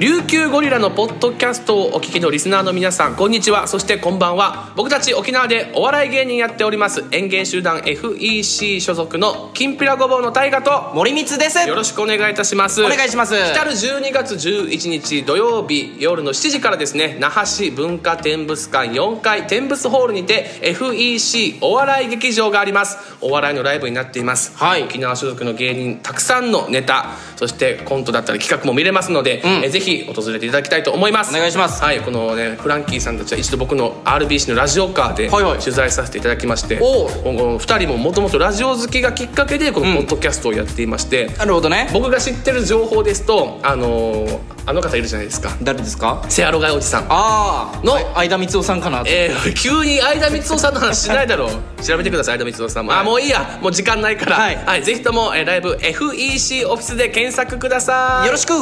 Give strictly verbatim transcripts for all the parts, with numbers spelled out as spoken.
琉球ゴリラのポッドキャストをお聞きのリスナーの皆さん、こんにちは、そしてこんばんは。僕たち沖縄でお笑い芸人やっております演芸集団 エフイーシー 所属のきんぴらごぼうの大河と森光です。 よろしくお願いいたします。 お願いします。 来るじゅうにがつじゅういちにち土曜日夜のしちじからですね、那覇市文化展物館よんかい展物ホールにて エフイーシー お笑い劇場があります。お笑いのライブになっています、はい、沖縄所属の芸人たくさんのネタ、そしてコントだったり企画も見れますので、うん、えぜひ訪れていただきたいと思います。 お願いします。 はい、このねフランキーさんたちは一度僕の アールビーシー のラジオカーで取材させていただきまして、はいはい、このふたりももともとラジオ好きがきっかけでこのポッドキャストをやっていまして、うん、 なるほどね。 僕が知ってる情報ですと、あのー、あの方いるじゃないですか。 誰ですか？ セアロガイおじさんあの相田光雄さんかな。 えー、急に相田光雄さんの話しないだろう調べてください、相田光雄さんも、はい、あもういいや、もう時間ないから、はいはい、ぜひとも、えー、ライブ エフイーシー オフィスで検索ください。 よろしく。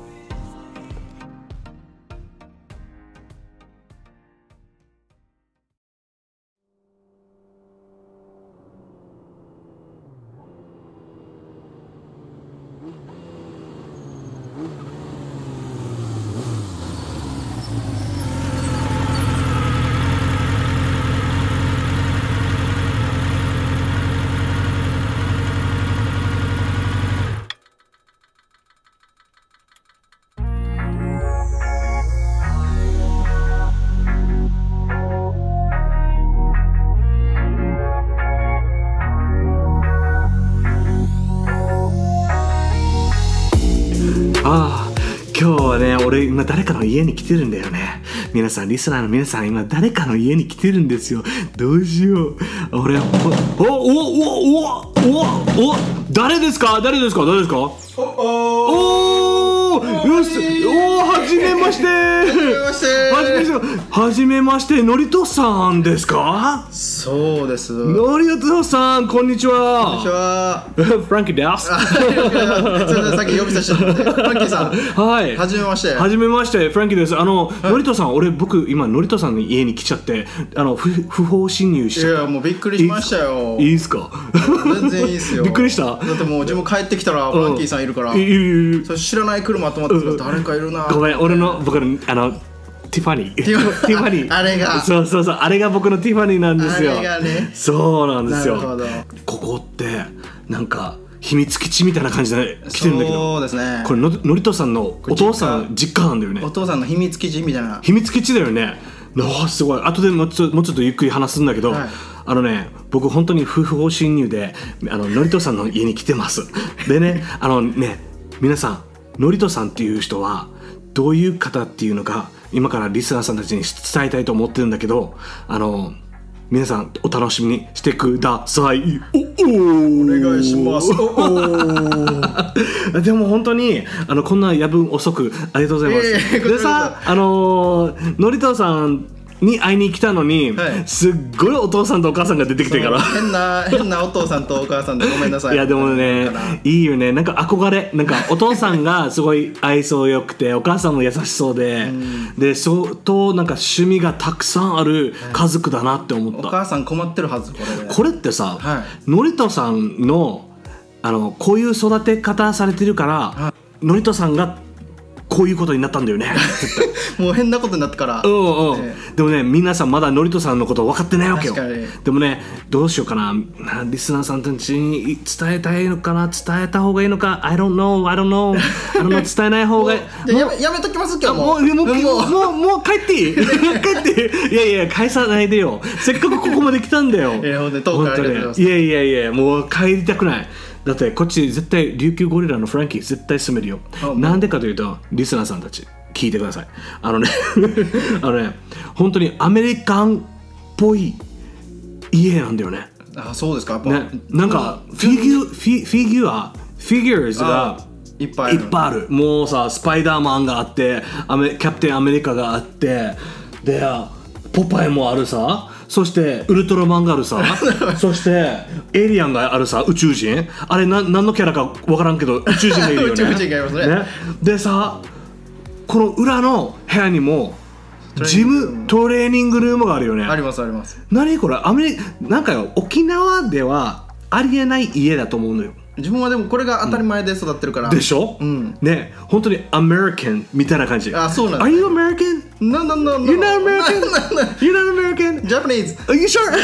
ああ、今日はね、俺今誰かの家に来てるんだよね。皆さん、リスナーの皆さん、今誰かの家に来てるんですよ。どうしよう。俺、お、お、お、お、お、お、お、誰ですか？誰ですか？誰ですか？おお、よし、おお、はじめまして。はじめまして。はじめまして、のりとさんですか？ そうです。 のりとさん、こんにちは。 こんにちは。 フランキーです。 さっき呼び出した。フランキーさん。はい。はじめまして。 はじめまして、フランキーです。あの、のりとさん、俺、僕、今、のりとさんの家に来ちゃって、あの、不不法侵入しちゃった。 いや、もうびっくりしましたよ。 いいですか？ 全然いいですよ。 びっくりした？ だってもう自分帰ってきたら、フランキーさんいるから。いるいる。それ知らない車止まってる。誰かいるな。 ごめん、俺の、僕の、あの、ティファニー。ティファニー。 あれが。 そうそうそう、あれが僕のティファニーなんですよ。 あれがね。 そうなんですよ。 なるほど。 ここって、なんか、秘密基地みたいな感じで来てるんだけど。 そうですね。 これの、のりとさんのお父さん実家なんだよね。 お父さんの秘密基地みたいな。 秘密基地だよね。あ、すごい。後でもうちょっと、もうちょっとゆっくり話すんだけど、はい、あのね、僕本当に不法侵入で、あの、のりとさんの家に来てます。でね、あのね、皆さん、のりとさんっていう人はどういう方っていうのか、今からリスナーさんたちに伝えたいと思ってるんだけど、あの、皆さんお楽しみにしてください。おお願いします。おおでも本当にあのこんな夜分遅くありがとうございます。えー、でさ、あののりとさんに会いに来たのに、はい、すっごいお父さんとお母さんが出てきてから変な変なお父さんとお母さんでごめんなさい。 いやでもね、いいよね。なんか憧れ、なんかお父さんがすごい愛想よくてお母さんも優しそうで、うん、で相当なんか趣味がたくさんある家族だなって思った。 お母さん困ってるはず。これこれってさ、 はい、 のりとさんのあのこういう育て方されてるから、はい、のりとさんがこういうことになったんだよね。 もう変なことになってから。 うんうん、えー、でもね、皆さんまだのりとさんのこと分かってないわけよ。でもね、どうしようかな、リスナーさんたちに伝えたいのかな、伝えた方がいいのか、I don't know, I don't know, I don't know 伝えない方がいい。 やめ、やめときますけどもうもうもうもうもう帰っていい？帰っていい？いやいや返さないでよ。せっかくここまで来たんだよ。 いやほんで遠くからありがとうございます。 いやいやいや、もう帰りたくない。だってこっち絶対琉球ゴリラのフランキー絶対住めるよ。なんでかというと、リスナーさんたち聞いてください。あのねあのね、本当にアメリカンっぽい家なんだよね。 あ、そうですか。やっぱ、 ね、なんかフィギュフィフィギュアフィギュアがいっぱいある。 いっぱいある。もうさ、スパイダーマンがあって、アメキャプテンアメリカがあって、でポパイもあるさ。そしてウルトラマンがあるさそしてエイリアンがあるさ、宇宙人、あれな何のキャラか分からんけど宇宙人がいるよね。 宇宙人がいますね。 ねでさ、この裏の部屋にもジムトレーニングルームがあるよね。 ありますあります。 何これ、アメリなんかよ、沖縄ではありえない家だと思うのよ。 自分はでもこれが当たり前で育ってるから、 でしょ、うん、ね、本当にアメリカンみたいな感じ。 あ、そうなんだ。 Are you American? No, no, no, no. You're not American? You're not American? Japanese. Are you sure?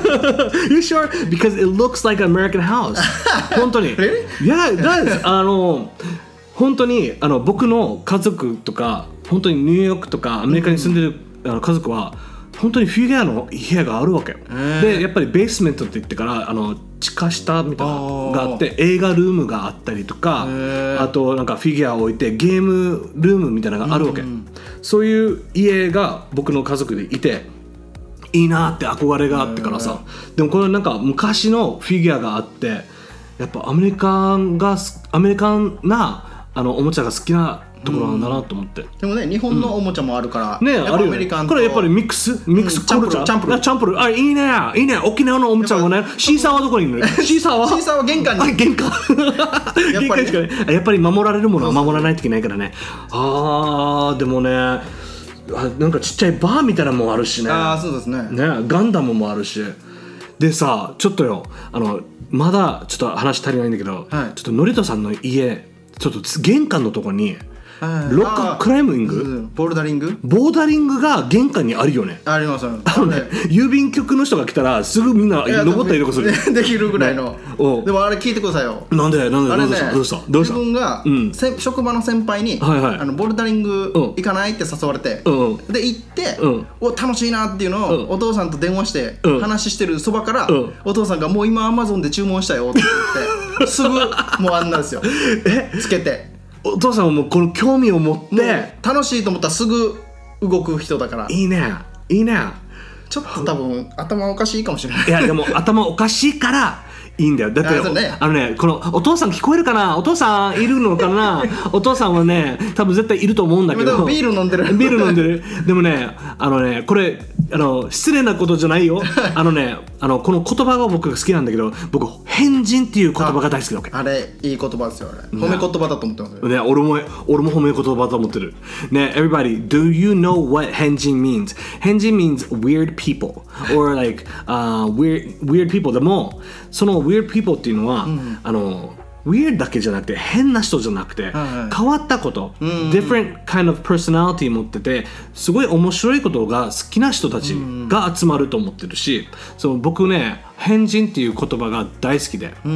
You sure? Because it looks like an American house. 本当に Really? Yeah, it does. あの本当にあの僕の家族とか本当にニューヨークとかアメリカに住んでる、うん、あの家族は本当にフィギュアの部屋があるわけよ。でやっぱりベースメントって言ってからあの地下下みたいなのがあって映画ルームがあったりとか、あとなんかフィギュアを置いてゲームルームみたいなのがあるわけ、うん、そういう家が僕の家族でいていいなって憧れがあってからさ。でもこのなんか昔のフィギュアがあってやっぱアメリカンがアメリカンなあのおもちゃが好きなところなんだなと思って、うん、 でもね日本のおもちゃもあるから、 うん、ね、あるよね。これやっぱりミックスミックスコルチャー、チャンプルー、チャンプルー、あ、いいねいいね。沖縄のおもちゃもね。シーサーはどこにいるの？シーサーはシーサーは玄関に。 あ、玄関玄関しかね。やっぱり守られるものは守らないといけないからね。あーでもね、あ、なんかちっちゃいバーみたいなのもあるしね。 あーそうですね。 ね、ガンダムもあるし。でさ、ちょっとよ、あのまだちょっと話足りないんだけど、はい、ちょっとのりとさんの家ちょっと玄関のとこにロッククライミング、 ボルダリングボーダリングが玄関にあるよね。 あります。あのね、郵便局の人が来たらすぐみんな登ったりとかする。 できるぐらいの、ね、でもあれ聞いてくださいよ。 なんでなんで、 あれね、 どうしたどうした？ 自分が、うん、職場の先輩に、はいはい、あのボルダリング行かないって誘われて、うん、で行って、うん、お楽しいなっていうのを、うん、お父さんと電話して話してるそばから、うん、お父さんがもう今アマゾンで注文したよって言ってすぐもうあんなですよ。えつけて。 お父さんはもうこの興味を持って楽しいと思ったらすぐ動く人だから。 いいねいいね。 ちょっと多分頭おかしいかもしれない。 いやでも頭おかしいからいいんだよ。だって あ,、ね、あのね、このお父さん聞こえるかな、お父さんいるのかなお父さんはね多分絶対いると思うんだけど。 ビール飲んでるビール飲んでるでもね、あのね、これあの失礼なことじゃないよ。あのね、あのこの言葉が僕が好きなんだけど、僕変人っていう言葉が大好きなわけ。 あれいい言葉ですよ。あれ褒め言葉だと思ってますよね。俺も俺も褒め言葉だと思ってるね。 Everybody, do you know what 変人 means? 変人 means weird people or like、uh, weird, weird people。 でもその weird people っていうのは、うん、あのweird だけじゃなくて変な人じゃなくて、はいはい、変わったこと、うんうん、different kind of personality 持っててすごい面白いことが好きな人たちが集まると思ってるし、そう僕ね変人っていう言葉が大好きで、うん、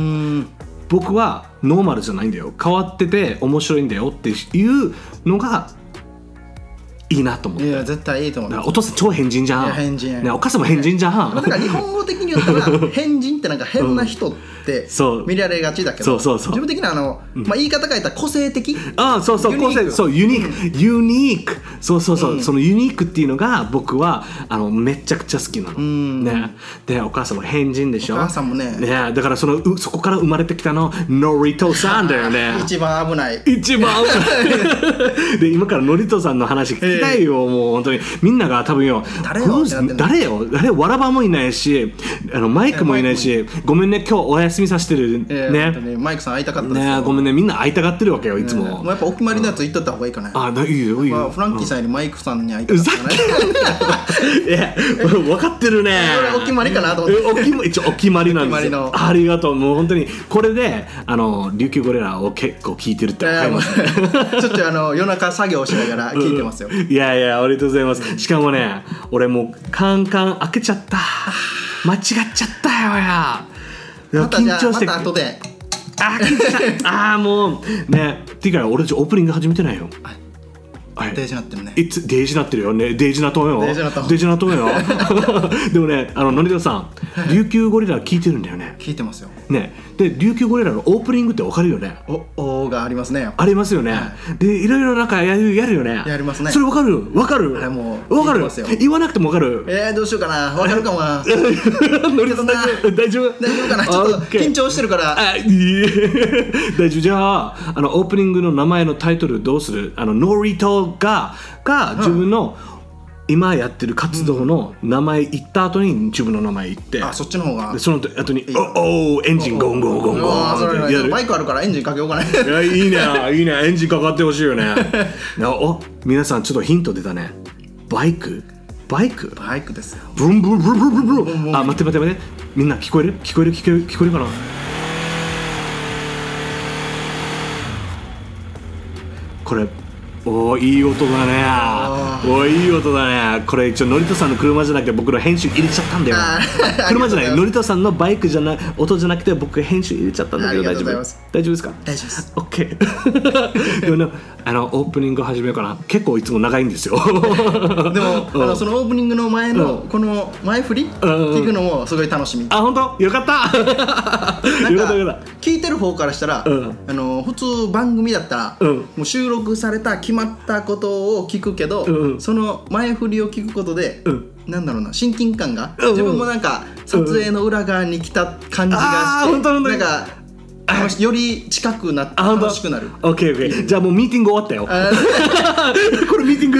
僕はノーマルじゃないんだよ、変わってて面白いんだよっていうのがいいなと思って。 いや絶対いいと思う。 お父さん超変人じゃん。 いや変人や、 ね、お母さんも変人じゃん。 だから日本語的に言ったら変人ってなんか変な人って見られがちだけど、うん、そうそうそう、自分的なあの、まあ、言い方変えたら個性的、 ああそうそう、個性、そうユニーク、ユニーク、そうそうそう、うん、そのユニークっていうのが僕はあのめちゃくちゃ好きなの、うん、ね。でお母さんも変人でしょ。 お母さんもね、 ね、だからそのそこから生まれてきたのノリトさんだよね。 一番危ない、 一番危ないで今からノリトさんの話聞きたいよ、えー、もう本当にみんなが多分よ、 誰よ誰よ誰わらばもいないし、あのマイクもいないし、ごめんね今日お休みさせてる、 えー、ね。マイクさん会いたかったですよ。 ね、ごめんね、みんな会いたがってるわけよいつも。ね、 もうやっぱお決まりのやつ言っとった方がいいかな。 ああいいよいいよ、 まあ、フランキーさんよりマイクさんに会いたかったね。 いや分かってるね。 これお決まりかなと思って。 お決ま一応お決まりなんですよ。ありがとう。もう本当にこれであの琉球ゴリラを結構聞いてるって分かりますね。 ちょっとあの夜中作業しながら聞いてますよ。 いやいやありがとうございます。しかもね、俺もうカンカン開けちゃった。間違っちゃったよや。 またじゃあまた後で。 あああもうね。っていうか俺たちオープニング始めてないよ。 はい、デージなってるね。 いつデージなってるよね。デージなとよ。 デージなと。 デージなとよ。でもね、あののりとさん、琉球ゴリラ聞いてるんだよね。 聞いてますよ。 ね、で琉球ゴリラのオープニングってわかるよね。 おおがありますね。 ありますよね。はい、でいろいろなんかやるやるよね。 やりますね。 それわかるわかる。 はい、もうわかる。言わなくてもわかる。 えー、どうしようかな。わかるかもな。 のりとさん大丈夫大丈夫かな。ちょっと緊張してるから。 あいい大丈夫。じゃああのオープニングの名前のタイトルどうする？あのノリとがが自分の今やってる活動の名前言った後に自分の名前言って、 あそっちの方がその後におおエンジンゴンゴンゴンゴンってバイクあるからエンジンかけようかね。 いやいいねいいねエンジンかかってほしいよね。お皆さんちょっとヒント出たね。バイクバイクバイクですよ。 ブンブンブンブンブンブン。あ待って待って待ってみんな聞こえる聞こえる聞こえる聞こえるかな。これおーいい音だね。おーいい音だね。これ一応ノリトさんの車じゃなくて僕の編集入れちゃったんだよ。車じゃないノリトさんのバイクじゃない音じゃなくて僕編集入れちゃったんだけど大丈夫大丈夫ですか。 大丈夫です。 OK でもねあのオープニング始めようかな。結構いつも長いんですよ。でもあのそのオープニングの前のこの前振り聞くのもすごい楽しみ。 あ本当よかったよかったよかった。 聞いてる方からしたら、うん、あの普通番組だったら、うん、もう収録された決まったことを聞くけど、うん、その前振りを聞くことで、うん、なんだろうな親近感が、うん、自分もなんか撮影の裏側に来た感じがして、うん、なんかより近くなって楽しくなる。 オッケーオッケー。じゃあもうミーティング終わったよ。これミーティング。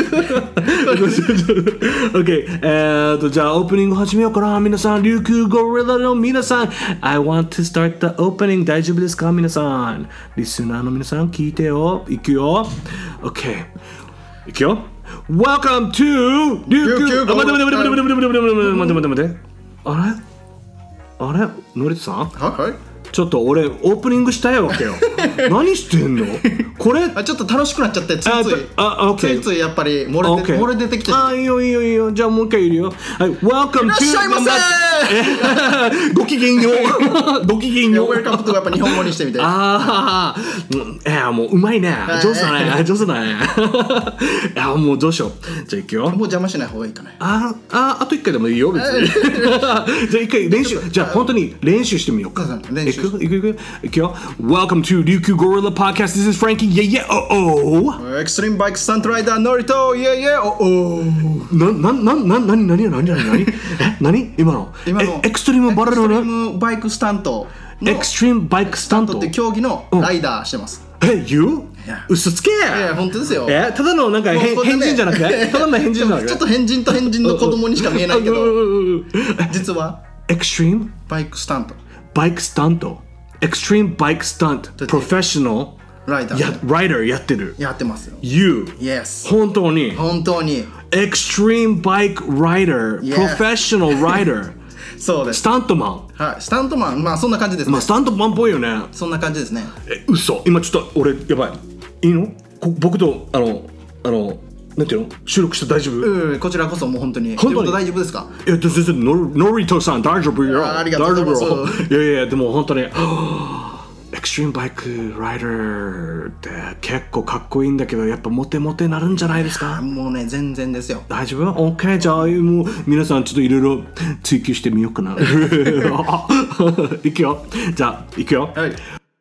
オッケー。えーとじゃあオープニング始めようかな。皆さん琉球ゴリラの皆さん I want to start the opening 大丈夫ですか皆さん。リスナーの皆さん聞いてよ。いくよ。オッケー。いくよ。Welcome to 琉球ゴリラ。待って待って待って待って待って待って待って待って待って。あれあれノリトさん。 はいはい。 ちょっと俺オープニングしたいわけよ。何してんのこれ。 あちょっと楽しくなっちゃってついついあついついやっぱり漏れて、okay. 漏れ出てきて。 あいいよいいよいいよ。じゃあもう一回言うよ。はい Welcome to いらっしゃいませごきげんようごきげんよう。 ウェルカムとやっぱ日本語にしてみて。 ああいやもううまいね。上手だね上手だね。いやもうどうしよう。じゃあいくよ。もう邪魔しない方がいいかな。 あああと一回でもいいよ別に。じゃあ一回練習じゃあ本当に練習してみようか。 練習いくいくいくいくよ。Welcome to Ryukyu Gorilla Podcast. This is Frankie. Yeah yeah oh oh. Extreme Bike Stunt Rider Norito. Yeah yeah oh oh. なななななになになになになにえ何今の今のエクストリームバレルのエクストリームバイクスタントエクストリームバイクスタントって競技のライダーしてます。 え You? 嘘つけ。いや本当ですよ。 えただのなんか変人じゃなくてただの変人じゃなくてちょっと変人と変人の子供にしか見えないけど実はエクストリームバイクスタントバイクスタントExtreme Bike Stunt Professional ライダーやライダーやってるやってますよ。 You Yes 本当に本当に Extreme Bike Rider、yes. Professional Rider そうです。 スタントマン。 はいスタントマンまあそんな感じですね。 まあスタントマンっぽいよね。 そんな感じですね。 え嘘今ちょっと俺やばいいいのこ僕とあのあのなんていうの収録して大丈夫？ うんこちらこそもう本当に本当に大丈夫ですか？ いや全然ノリトさん大丈夫よ。 ありがとうございます。 いやいやでも本当にエクストリームバイクライダーって結構かっこいいんだけどやっぱモテモテなるんじゃないですか？ もうね全然ですよ。 大丈夫？ OK じゃあもう皆さんちょっといろいろ追求してみようかな。いくよじゃあいくよ。 はい。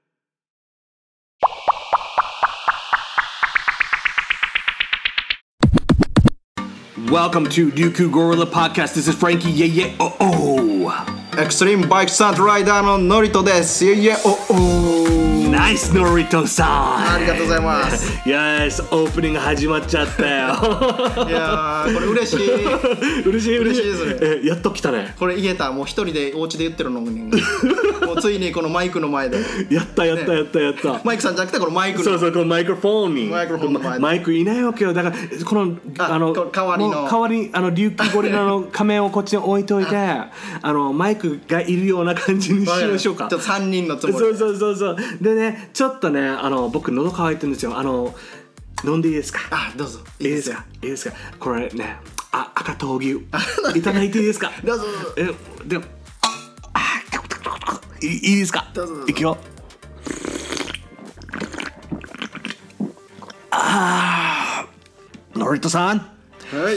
Welcome to Ryukyu Gorilla Podcast. This is Frankie. Yeah, yeah, oh, oh. Extreme Bike Stunt Rider のノリトです。Yeah, yeah, oh, oh. ナイスノリトさん。 ありがとうございます。 よし、オープニング始まっちゃったよ。 いやー、これ嬉しい。 嬉しい嬉しいですね。 え、やっと来たね。 これ言えた。もう一人でお家で言ってるのに。もうついにこのマイクの前で。 やったやったやったやった。 マイクさんじゃなくてこのマイクの。 そうそうこのマイクロフォンに。 マイクロフォンの前で。 マイクいないわけよ。だからこのあの代わりの代わりあの琉球ゴリラの仮面をこっちに置いといて、あのマイクがいるような感じにしましょうか。 ちょっと三人のつもり。 そうそうそうそう。でね、ちょっとね、あの僕喉乾いてるんですよ。あの飲んでいいですか？ あ、どうぞ。 いいですか？いいですか？これね、あ赤闘牛いただいていいですか？ どうぞ。 え、でもあいいいですか？ どうぞ。 いくよ。あー、ノリトさん。 はい。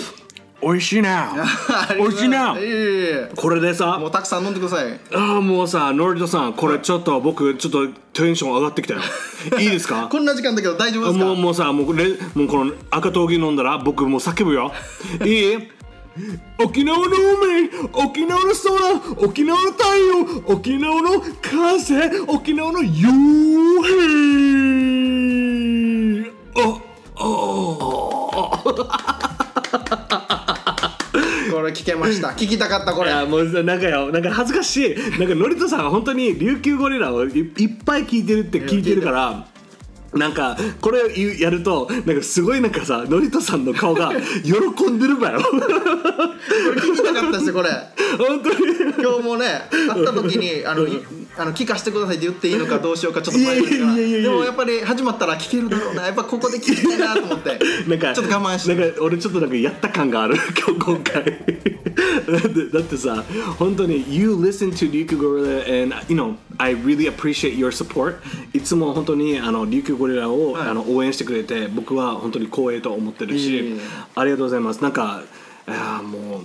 美味しいな。美味しいな。これでさ、 もうたくさん飲んでください。 ああもうさ、ノリトさん、これちょっと僕ちょっとテンション上がってきたよ。いいですか？ こんな時間だけど大丈夫ですか？ もうもうさ、もうレもうこの赤闘牛飲んだら僕もう叫ぶよ。いい？沖縄の海、沖縄の空、沖縄の太陽、沖縄の風、沖縄の夕日。あ、あ。 これ聞けました。聞きたかったこれ。 いやもうなんかよ、なんか恥ずかしい。なんかノリトさんが本当に琉球ゴリラをいっぱい聞いてるって聞いてるから。 なんかこれやるとなんかすごいなんかさノリトさんの顔が喜んでるばよ。これ聞きたかったですよこれ。 本当に今日もね会った時にあのあの聞かせてくださいって言っていいのかどうしようかちょっと迷ってたから、でもやっぱり始まったら聞けるだろうな、やっぱここで聞きたいなと思ってなんかちょっと我慢して、 なんか俺ちょっとなんかやった感がある今回だってだってさ本当に You listen to Ryukyu Gorilla and you know I really appreciate your support。 いつも本当にあのRyukyu Gorillaを、はい、あの応援してくれて僕は本当に光栄と思ってるし、ありがとうございます。なんかあもう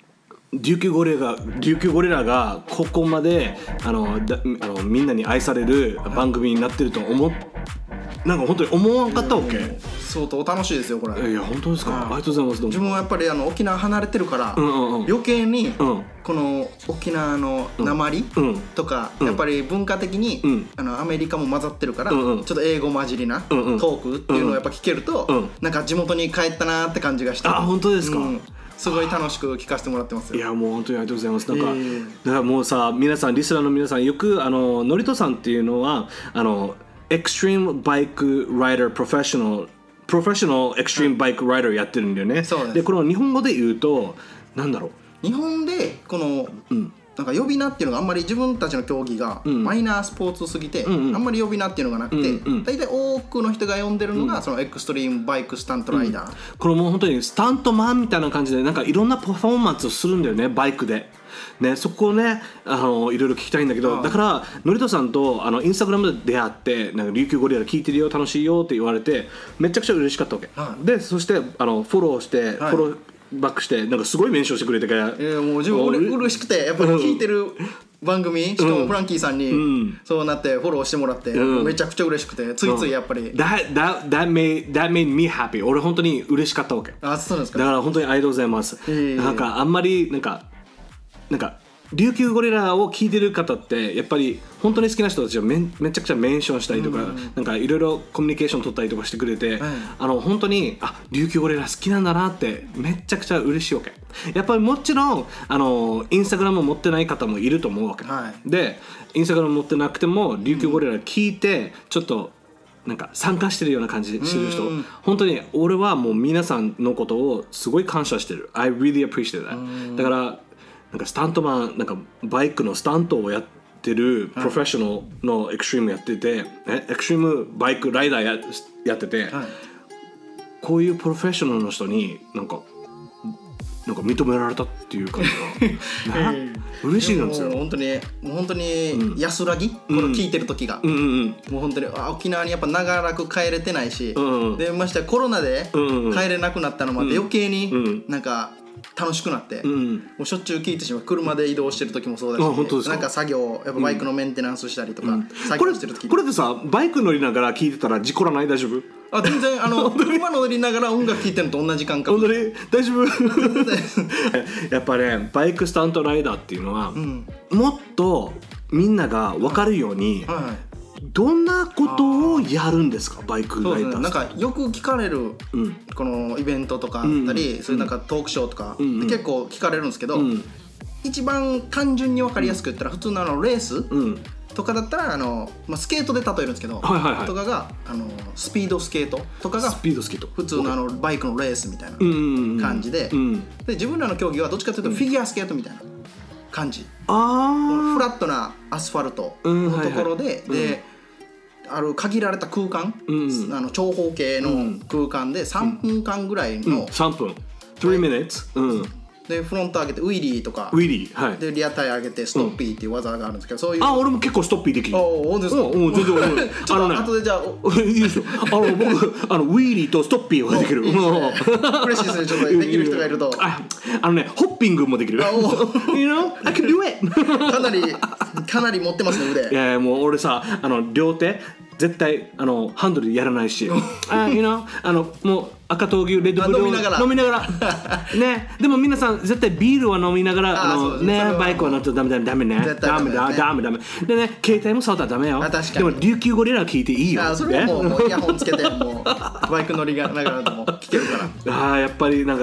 Ryukyu GorillaがRyukyu Gorillaがここまであのだあのみんなに愛される番組になってると思っなんか本当に思わんかったわけ。 相当楽しいですよこれ。 いや本当ですか。ありがとうございます。 自分はやっぱりあの沖縄離れてるから、うんうんうん、余計に、うん、この沖縄の訛り、うん、とか、うん、やっぱり文化的に、うん、あのアメリカも混ざってるから、うんうん、ちょっと英語混じりな、うんうん、トークっていうのをやっぱ聞けると、うん、なんか地元に帰ったなって感じがして。 あ本当ですか。うんすごい楽しく聞かせてもらってますよ。 いやもう本当にありがとうございます。なんか、えー、だからもうさ皆さんリスナーの皆さんよくあのノリトさんっていうのはあのエクストリームバイクライダープロフェッショナルプロフェッショナルエクストリームバイクライダーやってるんだよね。 そうです。 でこの日本語で言うとなんだろう。日本でこの、うんなんか呼び名っていうのがあんまり自分たちの競技がマイナースポーツすぎて、うんうん、あんまり呼び名っていうのがなくて、うんうん、大体多くの人が呼んでるのが、うん、そのエクストリームバイクスタントライダー、うん、 これもう本当にスタントマンみたいな感じでなんかいろんなパフォーマンスをするんだよねバイクで。ね、そこをねあのいろいろ聞きたいんだけど、だからノリトさんとあのインスタグラムで出会ってなんかRyukyu Gorilla聞いてるよ楽しいよって言われてめちゃくちゃ嬉しかったわけ、はい、でそしてあのフォローして、はい、フォローバックしてなんかすごいメンションしてくれてから、 えー、もう自分うれ嬉しくてやっぱり聞いてる番組、しかもフランキーさんに、うん、そうなってフォローしてもらって、うん、めちゃくちゃ嬉しくてついついやっぱり、うん、 that, that, that, made, that made me happy。 俺本当に嬉しかったわけ。 あ、そうですか。 だから本当にありがとうございます、えー、なんかあんまりなんかなんかRyukyu Gorillaを聞いてる方ってやっぱり本当に好きな人たちを め, めちゃくちゃメンションしたりとか、うん、なんかいろいろコミュニケーション取ったりとかしてくれて、うん、あの本当にあRyukyu Gorilla好きなんだなってめちゃくちゃ嬉しいわけ。やっぱりもちろんあのインスタグラム持ってない方もいると思うわけ、はい、でインスタグラム持ってなくてもRyukyu Gorilla聞いてちょっとなんか参加してるような感じでしてる人、うん、本当に俺はもう皆さんのことをすごい感謝してる。 I really appreciate that、うん、だからなんかスタントマンなんかバイクのスタントをやってるプロフェッショナルのエクストリームやってて、はい、エクストリームバイクライダー や, やってて、はい、こういうプロフェッショナルの人になんかなんか認められたっていう感じが、えー、嬉しいなんですよ。 本当にもう本当に安らぎ、うん、これ聞いてる時が、うんうんうん、もう本当にあ沖縄にやっぱ長らく帰れてないし、うんうん、でましてコロナで帰れなくなったのもあって、うん、余計になんか楽しくなって、うん、もうしょっちゅう聞いてしまう。車で移動してる時もそうだし、なんか作業やっぱバイクのメンテナンスしたりとか、うん、作業してる時にこれでさバイク乗りながら聞いてたら事故らない？大丈夫？ あ全然あの車乗りながら音楽聴いてるのと同じ感覚。 本当に大丈夫？やっぱねバイクスタントライダーっていうのは、うん、もっとみんなが分かるように、はいはい、どんなことをやるんですかバイクライダー、ね、 なんかよく聞かれる、うん、このイベントとかあったり、うん、そういうなんかトークショーとか、うん、結構聞かれるんですけど、うん、一番単純に分かりやすく言ったら普通のあのレース、うんとかだったらあの、まあ、スケートで例えるんですけど、はいはいはい、とかがあのスピードスケートとかがスピードスケート普通のあのバイクのレースみたいな感じで、うんうんうん、で自分らの競技はどっちかというとフィギュアスケートみたいな感じ、うん、あフラットなアスファルトのところで、うんはいはい、で、うん、ある限られた空間、うん、あの長方形の空間でさんぷんかんぐらいの、 うん、さんぷんさん minutes、うんでフロント上げてウィリーとかウィリー、はい、 でリアタイ上げてストッピーっていう技があるんですけど、そういうあ俺も結構ストッピーできる。 おおですか。 うん全然ちょっと後でじゃあいいですよ。あの僕あのウィリーとストッピーはできる。 いいですね、嬉しいですね。ちょっとできる人がいるとああのねホッピングもできる。You know I can do it かなりかなり持ってますね腕。 いやいやもう俺さあの両手絶対あのハンドルやらないしあ you know あのもう赤闘牛レッドブルを飲みながら飲みながらね。でも皆さん絶対ビールは飲みながらあのねバイクは乗ってダメだダメねダメだダメダメでね携帯も触ったらダメよ。でもRyukyu Gorilla聞いていいよ。 あそれはもう、ね、もうイヤホンつけてもうバイク乗りながらでも聞けるから。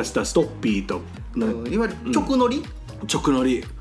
あやっぱりなんかしたストッピーといわゆる直乗り、 うん、直乗り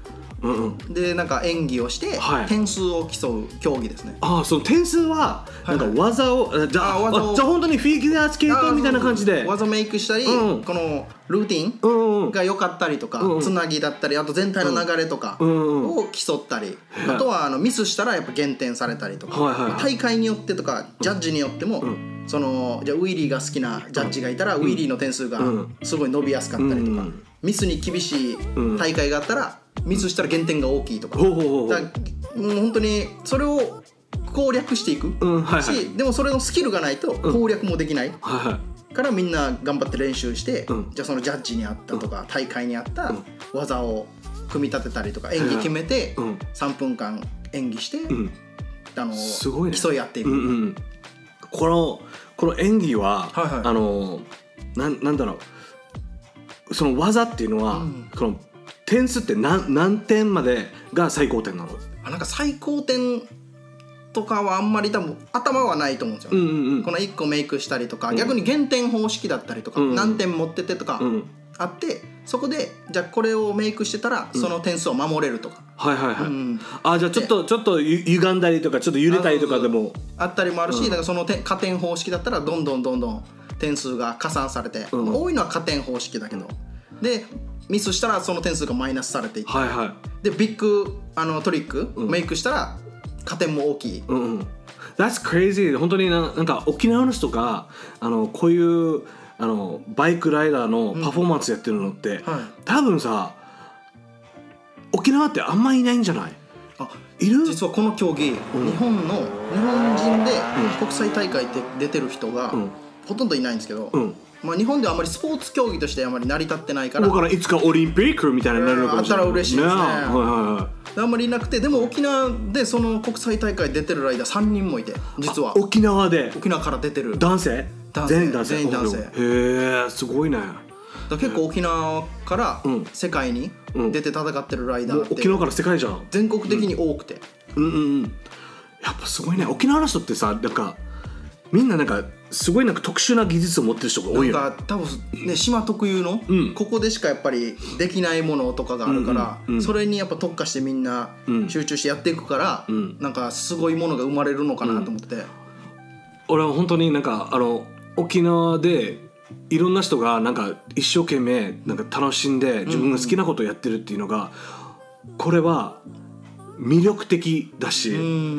うんうん、 でなんか演技をして、はい、点数を競う競技ですね。 ああ、その点数はなんか技を、はいはい、じゃあ技をじゃあ本当にフィギュアスケートみたいな感じで技メイクしたり、うん、このルーティンが良かったりとか、うんうん、つなぎだったり、あと全体の流れとかを競ったり、うんうん、あとはあのミスしたらやっぱ減点されたりとか、はいはいはい、大会によってとかジャッジによっても、うん、そのじゃあウィリーが好きなジャッジがいたら、うん、ウィリーの点数がすごい伸びやすかったりとか、うん、ミスに厳しい大会があったら、うん、ミスしたら減点が大きいとか、うん、だからもう本当にそれを攻略していく、うんはいはい、しでもそれのスキルがないと攻略もできない、うんはいはい、からみんな頑張って練習して、うん、じゃあそのジャッジにあったとか、うん、大会にあった技を組み立てたりとか、演技決めてさんぷんかん演技して、うん、あのすごいね、競い合っていく、うんうん、 このこの演技は、はいはい、あのな ん, なんだろう、その技っていうのは、うん、この点数って何, 何点までが最高点なの？ あ、なんか最高点とかはあんまり多分頭はないと思うんですよ、うんうんうん、このいっこメイクしたりとか、うん、逆に減点方式だったりとか、うん、何点持っててとかあって、うん、そこでじゃあこれをメイクしてたらその点数を守れるとか、 うん、はいはいはい、うん、あ、じゃあちょっとちょっと歪んだりとかちょっと揺れたりとかでもあったりもあるし、うん、だからその加点方式だったらどんどんどんどん点数が加算されて、うん、多いのは加点方式だけど、でミスしたらその点数がマイナスされていって、はいはい、でビッグあのトリック、うん、メイクしたら加点も大きい、うんうん、 That's crazy。 本当に な, なんか沖縄の人があのこういうあのバイクライダーのパフォーマンスやってるのって、うんはい、多分さ沖縄ってあんまいないんじゃない？ あ、いる？実はこの競技、うん、日本の日本人で国際大会で出てる人が、うん、ほとんどいないんですけど、うん、まあ、日本ではあまりスポーツ競技としてあまり成り立ってないから、 だからいつかオリンピックみたいになるのかもしれない、 あったら嬉しいですね、 はいはいはい、 あんまりいなくて、でも沖縄でその国際大会出てるライダーさんにんもいて、実は沖縄で沖縄から出てる男性全員男性全員男性、 へえ、すごいね。 だ結構沖縄から世界に出て戦ってるライダーって、 うん、沖縄から世界じゃん、 全国的に多くて、 うんうんうん、やっぱすごいね。沖縄の人ってさ、なんかみんななんかすごいなんか特殊な技術を持ってる人が多いよね。 なんか多分ね、島特有の、うん、ここでしかやっぱりできないものとかがあるから、うんうんうん、それにやっぱ特化してみんな集中してやっていくから、うん、なんかすごいものが生まれるのかなと思って、うん、 俺は本当になんかあの沖縄でいろんな人がなんか一生懸命なんか楽しんで自分が好きなことをやってるっていうのが、これは魅力的だし、うん、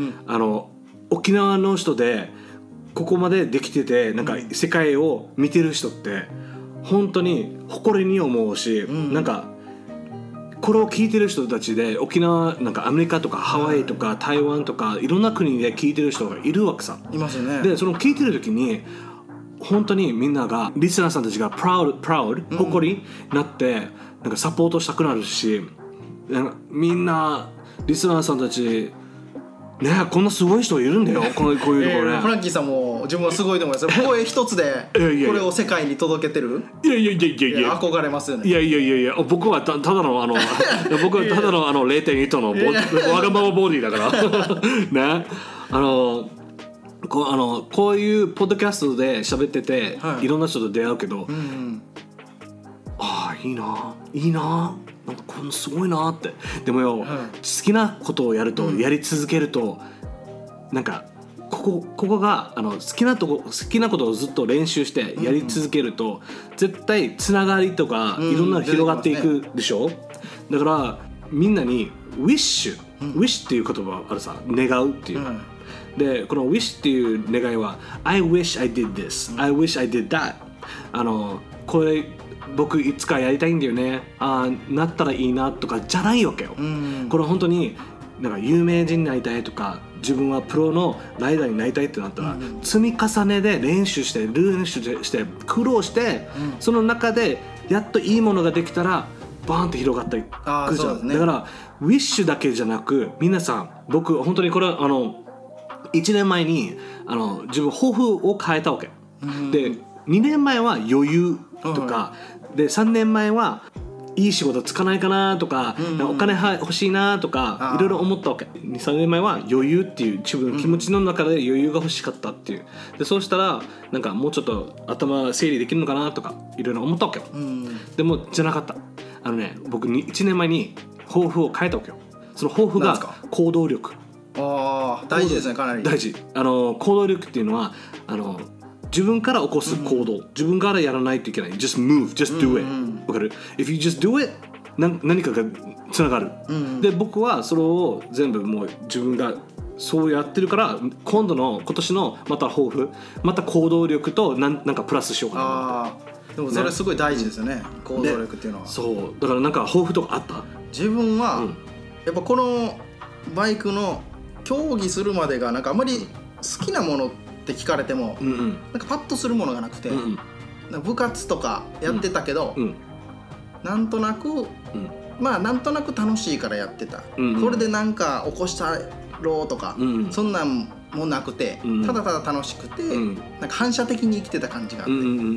あの沖縄の人でここまでできててなんか世界を見てる人って本当に誇りに思うし、うん、なんかこれを聞いてる人たちで沖縄なんかアメリカとかハワイとか台湾とかいろんな国で聞いてる人がいるわけさ。 いますよね。 でその聞いてる時に本当にみんながリスナーさんたちがプラウド、プラウド、誇りになってなんかサポートしたくなるし、みんなリスナーさんたちね、こんなすごい人いるんだよ、このこういうところね。 フランキーさんも自分はすごいと思います。声一つでこれを世界に届けてる。 いやいやいやいやいや、 憧れますよね。 いやいやいやいや、僕は た, ただのあの僕はただのあの れいてんいち のわがままボディだからね。あのこうあのこういうポッドキャストで喋ってて、はい、いろんな人と出会うけど、うんうん、ああいいないいな。なんかこのすごいなって。でもよ、はい、好きなことをやると、うん、やり続けるとなんかここここがあの好きなとこ好きなことをずっと練習してやり続けると、うんうん、絶対つながりとか、うん、いろんなの広がっていくでしょ、ね、だからみんなに wish、うん、wish っていう言葉あるさ、願うっていう、うん、でこの wish っていう願いは I wish I did this、うん、I wish I did that、 あのこれ僕いつかやりたいんだよね、あなったらいいなとかじゃないわけよ、うん、これ本当になんか有名人になりたいとか自分はプロのライダーになりたいってなったら、うん、積み重ねで練習して練習して苦労して、うん、その中でやっといいものができたらバーンって広がっていくじゃん、ね、だからウィッシュだけじゃなく皆さん、僕本当にこれあのいちねんまえにあの自分抱負を変えたわけ、うん、でにねんまえは余裕とか、うん、でさんねんまえはいい仕事つかないかなとか、うんうん、お金欲しいなとかいろいろ思ったわけ。にさんねんまえは余裕っていう自分の気持ちの中で余裕が欲しかったっていう。でそうしたらなんかもうちょっと頭整理できるのかなとかいろいろ思ったわけよ、うん、でもじゃなかった。あのね、僕にいちねんまえに抱負を変えたわけよ。その抱負が行動力。 ああ、大事ですね、かなり大事。あの行動力っていうのはあの自分から起こす行動、うん、自分からやらないといけない。 just move, just do it、うん、わかる？ If you just do it な何かがつながる、うん、で僕はそれを全部もう自分がそうやってるから今度の今年のまた抱負また行動力となんなんかプラスしようかな。 あでもそれすごい大事ですよね、行動力っていうのは。 そうだからなんか抱負とかあった？ 自分は、うん、やっぱこのバイクの競技するまでがなんかあんまり好きなものって聞かれても、うんうん、なんかパッとするものがなくて、うんうん、なんか部活とかやってたけど、うんうん、なんとなく、うん、まあなんとなく楽しいからやってた、うんうん、これでなんか起こしたろうとか、うんうん、そんなんもなくて、うんうん、ただただ楽しくて、うん、なんか反射的に生きてた感じがあって、うんうんうんうん、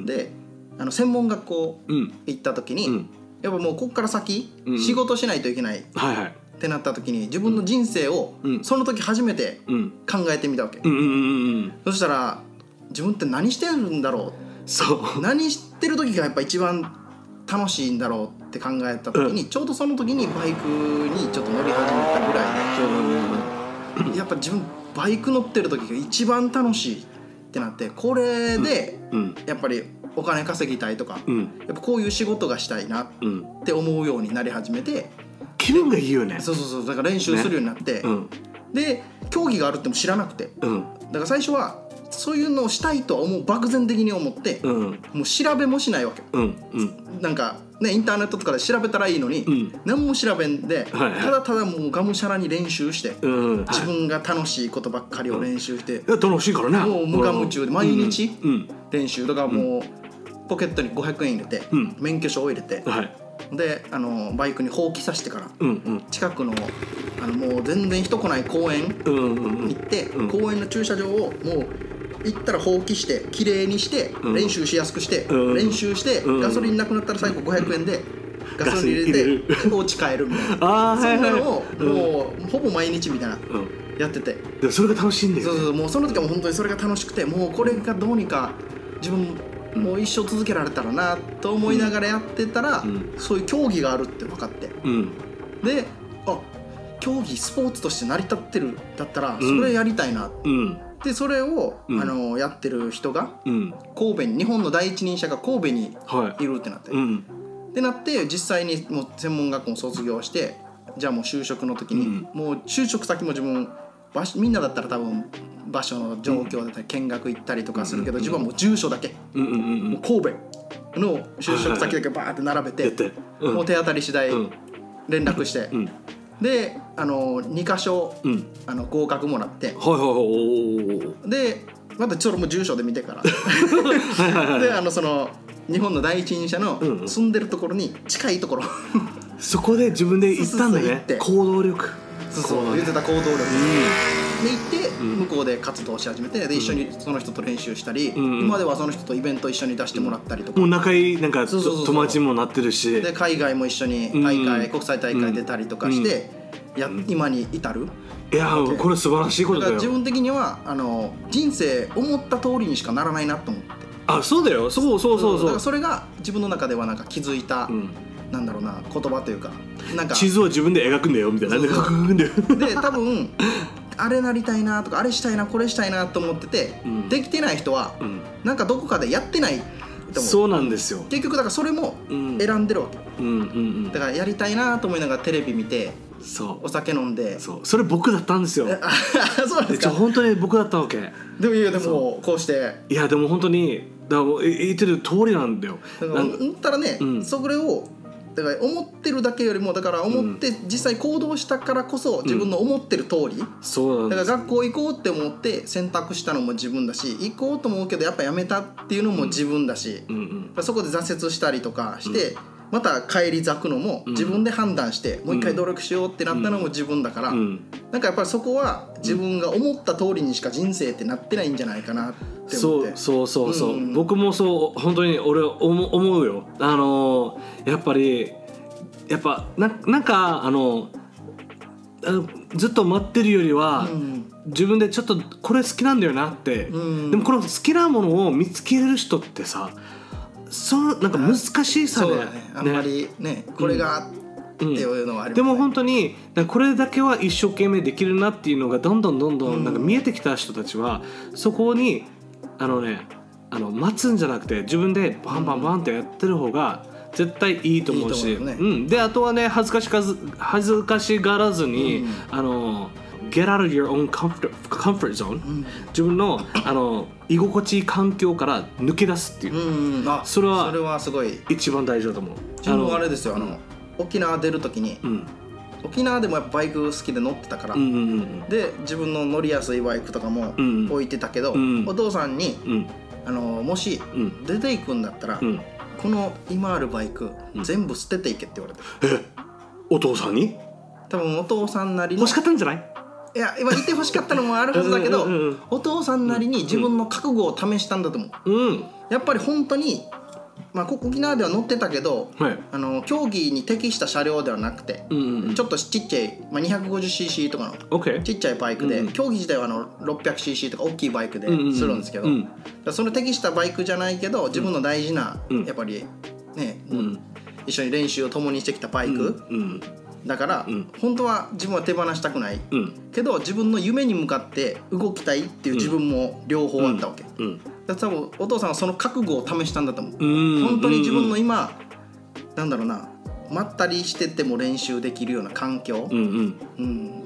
であの専門学校行った時に、うん、やっぱもうここから先、うん、仕事しないといけない、はいはいってなった時に自分の人生をその時初めて考えてみたわけ、うんうんうんうん、そしたら自分って何してるんだろう、そう何してる時がやっぱ一番楽しいんだろうって考えた時に、うん、ちょうどその時にバイクにちょっと乗り始めたぐらいで、やっぱ自分バイク乗ってる時が一番楽しいってなって、これでやっぱりお金稼ぎたいとか、うん、やっぱこういう仕事がしたいなって思うようになり始めて、 気分がいいよね。 そうそうそう、だから練習するようになって、ねうん、で競技があるっても知らなくて、うん、だから最初はそういうのをしたいとは思う漠然的に思って、うん、もう調べもしないわけ、うんうん、なんかねインターネットとかで調べたらいいのに、うん、何も調べんで、はいはい、ただただもうがむしゃらに練習して、うんはい、自分が楽しいことばっかりを練習して、 うん、楽しいからね、 もう無我夢中で毎日練習だからもうポケットにごひゃくえん入れて、うん、免許証を入れて、はいであのバイクにほうきさしてから、うんうん、近くのあのもう全然人来ない公園行って、うんうん、公園の駐車場をもう行ったらほうきしてきれいにして、うん、練習しやすくして、うん、練習して、うん、ガソリンなくなったら最後ごひゃくえんでガソリン入れてお家帰るみたいなあそんなのを、はいはい、もう、うん、ほぼ毎日みたいな、うん、やってて、 でもそれが楽しいんだよね。 そうそう、もうその時はもう本当にそれが楽しくて、もうこれがどうにか自分もう一生続けられたらなと思いながらやってたら、うん、そういう競技があるって分かって、うん、であ競技スポーツとして成り立ってるだったらそれやりたいな、うん、でそれを、うん、あのやってる人が、うん、神戸に日本の第一人者が神戸にいるってなって、はいうん、ってなって実際にもう専門学校を卒業して、じゃあもう就職の時に、うん、もう就職先も自分場所みんなだったら多分場所の状況だったり見学行ったりとかするけど、うん、自分はもう住所だけ、うんうんうん、もう神戸の就職先だけバーって並べて、うん、もう手当たり次第連絡して、うん、であのにか所、うん、あの合格もらって、はいはいはい、でまたそれも住所で見てからはいはい、はい、であのその日本の第一人者の住んでるところに近いところそこで自分で行ったんだね。行動力、 そうそう言ってた行動力、うん、で行って向こうで活動し始めて、で一緒にその人と練習したり、うん、今ではその人とイベント一緒に出してもらったりとか、 もう仲いいなんかそうそうそうそう友達にもなってるし、 で海外も一緒に大会、うん、国際大会出たりとかして、うん、や今に至る。 いやこれ素晴らしいことだよ。 だから自分的にはあの人生思った通りにしかならないなと思って。 あそうだよ、そうそうそうそう、だからそれが自分の中ではなんか気づいた、うん、なんだろうな言葉というか、なんか地図を自分で描くんだよみたいな。そうそうそうで多分あれなりたいなとかあれしたいなこれしたいなと思ってて、うん、できてない人は、うん、なんかどこかでやってないと思う。 そうなんですよ。 結局だからそれも選んでるわけ、うんうんうんうん、だからやりたいなと思いながらテレビ見て、そうお酒飲んで、 そうそれ僕だったんですよ。 そうなんですか。 本当に僕だったわけ。 でもいやでもこうしていやでも本当にだから言ってる通りなんだよ。 だから思ったらね、うん、それをだから思ってるだけよりもだから思って実際行動したからこそ自分の思ってる通り、うん、そうなんです。だから学校行こうって思って選択したのも自分だし、行こうと思うけどやっぱやめたっていうのも自分だし、うんうんうん、そこで挫折したりとかして、うん、また帰り咲くのも自分で判断して、うん、もう一回努力しようってなったのも自分だから、うん、なんかやっぱりそこは自分が思った通りにしか人生ってなってないんじゃないかなって思って。 そうそうそうそう、うん、僕もそう本当に俺思思うよ。あのー、やっぱりやっぱ な, なんかあのずっと待ってるよりは、うん、自分でちょっとこれ好きなんだよなって、うん、でもこの好きなものを見つけれる人ってさ、そうなんか難しいさね。 そうだね、あんまりね、これがっていうのはありますね。 でも本当にこれだけは一生懸命できるなっていうのがどんどんどんどんなんか見えてきた人たちは、そこにあのねあの待つんじゃなくて自分でバンバンバンってやってる方が絶対いいと思うし、いいと思うよね。うん、であとはね恥ずかしかず恥ずかしがらずに、うん、あのget out of your own comfort, comfort zone、うん、自分のあの居心地いい環境から抜け出すっていう、うん、あそれはそれはすごい一番大事だと思う。 自分はあれですよ、あの、うん、沖縄出るときに、うん、沖縄でもやっぱバイク好きで乗ってたから、うんうんうん、で自分の乗りやすいバイクとかも置いてたけど、うんうん、お父さんに、うん、あのもし出ていくんだったら、うん、この今あるバイク、うん、全部捨てていけって言われて、 えお父さんに多分お父さんなりの欲しかったんじゃない？ いや今いてほしかったのもあるはずだけどうんうん、うん、お父さんなりに自分の覚悟を試したんだと思う、うん、やっぱり本当に、まあ、沖縄では乗ってたけど、はい、あの競技に適した車両ではなくて、うんうんうん、ちょっとちっちゃい、まあ、にひゃくごじゅっシーシー とかの、okay. ちっちゃいバイクで、うんうん、競技自体はあの ろっぴゃくシーシー とか大きいバイクでするんですけど、うんうんうん、その適したバイクじゃないけど自分の大事な、うん、やっぱりね、うん、一緒に練習を共にしてきたバイク、うんうんだから、うん、本当は自分は手放したくない、うん、けど自分の夢に向かって動きたいっていう自分も両方あったわけ、うんうん、だから多分お父さんはその覚悟を試したんだと思う、うん、本当に自分の今なんだろうなまったりしてても練習できるような環境、うんうんうん、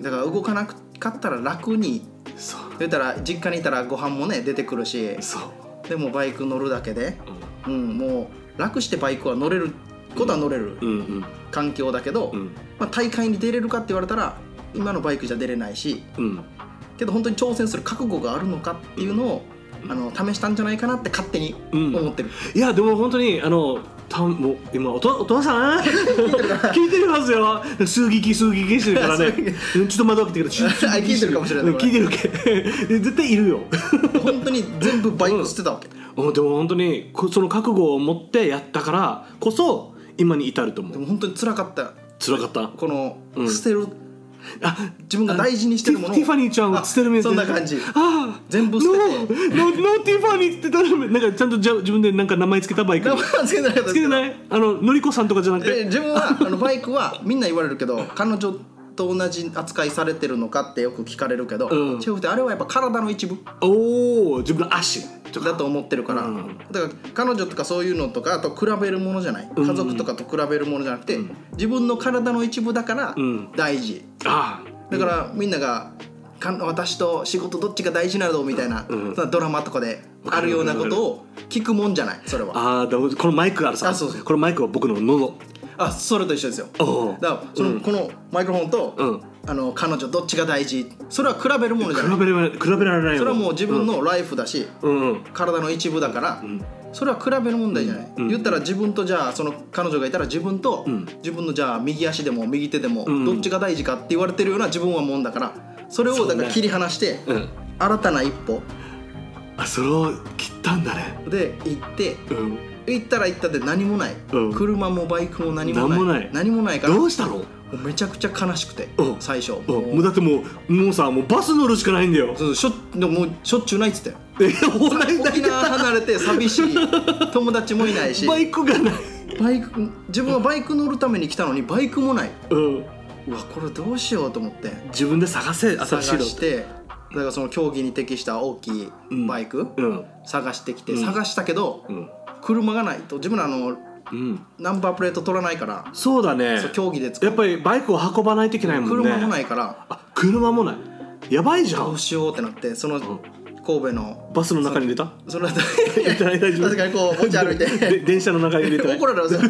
だから動かなかったら楽に言ったら実家にいたらご飯もね出てくるしでもバイク乗るだけで、うんうん、もう楽してバイクは乗れることは乗れる環境だけど、うんまあ、大会に出れるかって言われたら今のバイクじゃ出れないし、うん、けど本当に挑戦する覚悟があるのかっていうのを、うん、あの試したんじゃないかなって勝手に思ってる、 うん、いやでも本当にあのたもう今お, とお父さん聞いてるはずよ数撃数撃してるからねちょっと窓開けてくれ聞いてるかもしれない聞いてるけ絶対いるよ本当に全部バイク捨てたわけ、 うん、でも本当にその覚悟を持ってやったからこそ今に至ると思う。 でも本当に辛かった辛かったこの、うん、捨てるあ自分が大事にしてるものをティファニーちゃんを捨てるみたいなそんな感じあ全部捨ててノーティファニーって言ったらなんかちゃんとじゃ自分でなんか名前つけたバイク名前つけてないつけてないあののりこさんとかじゃなくて、 えー、自分はあのバイクはみんな言われるけど彼女と同じ扱いされてるのかってよく聞かれるけど、うん、違うってあれはやっぱ体の一部おお自分の足だと思ってるから、うん、だから彼女とかそういうのとかあと比べるものじゃない家族とかと比べるものじゃなくて、うん、自分の体の一部だから大事、うん、あだからみんながか私と仕事どっちが大事なのみたいな、うん、そのドラマとかであるようなことを聞くもんじゃないそれはあだこのマイクがあるさあそうそうこのマイクは僕の喉あそれと一緒ですよだからその、うん、このマイクロフォンと、うんあの彼女どっちが大事それは比べるものじゃない比べられ比べられないよそれはもう自分のライフだし、うん、体の一部だから、うん、それは比べる問題じゃない、うん、言ったら自分とじゃあその彼女がいたら自分と、うん、自分のじゃあ右足でも右手でも、うん、どっちが大事かって言われてるような自分はもんだからそれをだから切り離して、ねうん、新たな一歩あそれを切ったんだねで行って、うん行ったら行ったで何もない、うん、車もバイクも何もない何もない何もないからどうしたのめちゃくちゃ悲しくて、うん、最初もう、もうだってもうもうさもうバス乗るしかないんだよそうしょでももうしょっちゅうないっつって沖縄離れて寂しい友達もいないしバイクがないバイク自分はバイク乗るために来たのにバイクもない、うん、うわこれどうしようと思って自分で探せ探してだからその競技に適した大きいバイク、うん、探してきて、うん、探したけど、うん、車がないと自分のあのうん、ナンバープレート取らないからそうだねそう競技で使うやっぱりバイクを運ばないといけないもんね車もないからあ車もないやばいじゃんどうしようってなってその神戸のバスの中に入れたその入れてない大丈夫確かにこう持ち歩いてで電車の中に入れてない怒られるんです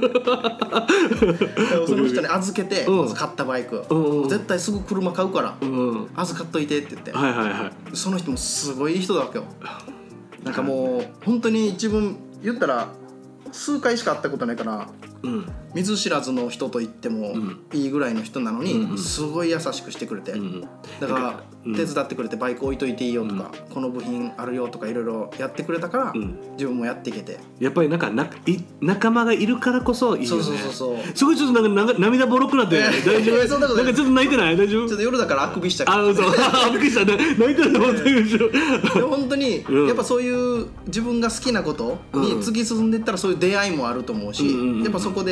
よその人に預けて、うん、買ったバイク、うん、絶対すぐ車買うから、うん、預かっといてって言って、はいはいはい、その人もすごいいい人だわけよなんかもう本当に自分言ったら数回しか会ったことないから、うん、見ず知らずの人と言ってもいいぐらいの人なのに、うん、すごい優しくしてくれて、うん、だから手伝ってくれてバイク置いといていいよとか、うん、この部品あるよとかいろいろやってくれたから、うん、自分もやっていけてやっぱりなんかない仲間がいるからこそいいよねそうそうそうそうすごいちょっとなんか涙ボロくなって大丈夫なんかちょっと泣いてない大丈夫ちょっと夜だからあくびしたからあそうあくびした泣いてると思ってるでしょでも本当に、うん、やっぱそういう自分が好きなことに突き進んでいったらそういう出会いもあると思うし、うん、やっぱそこで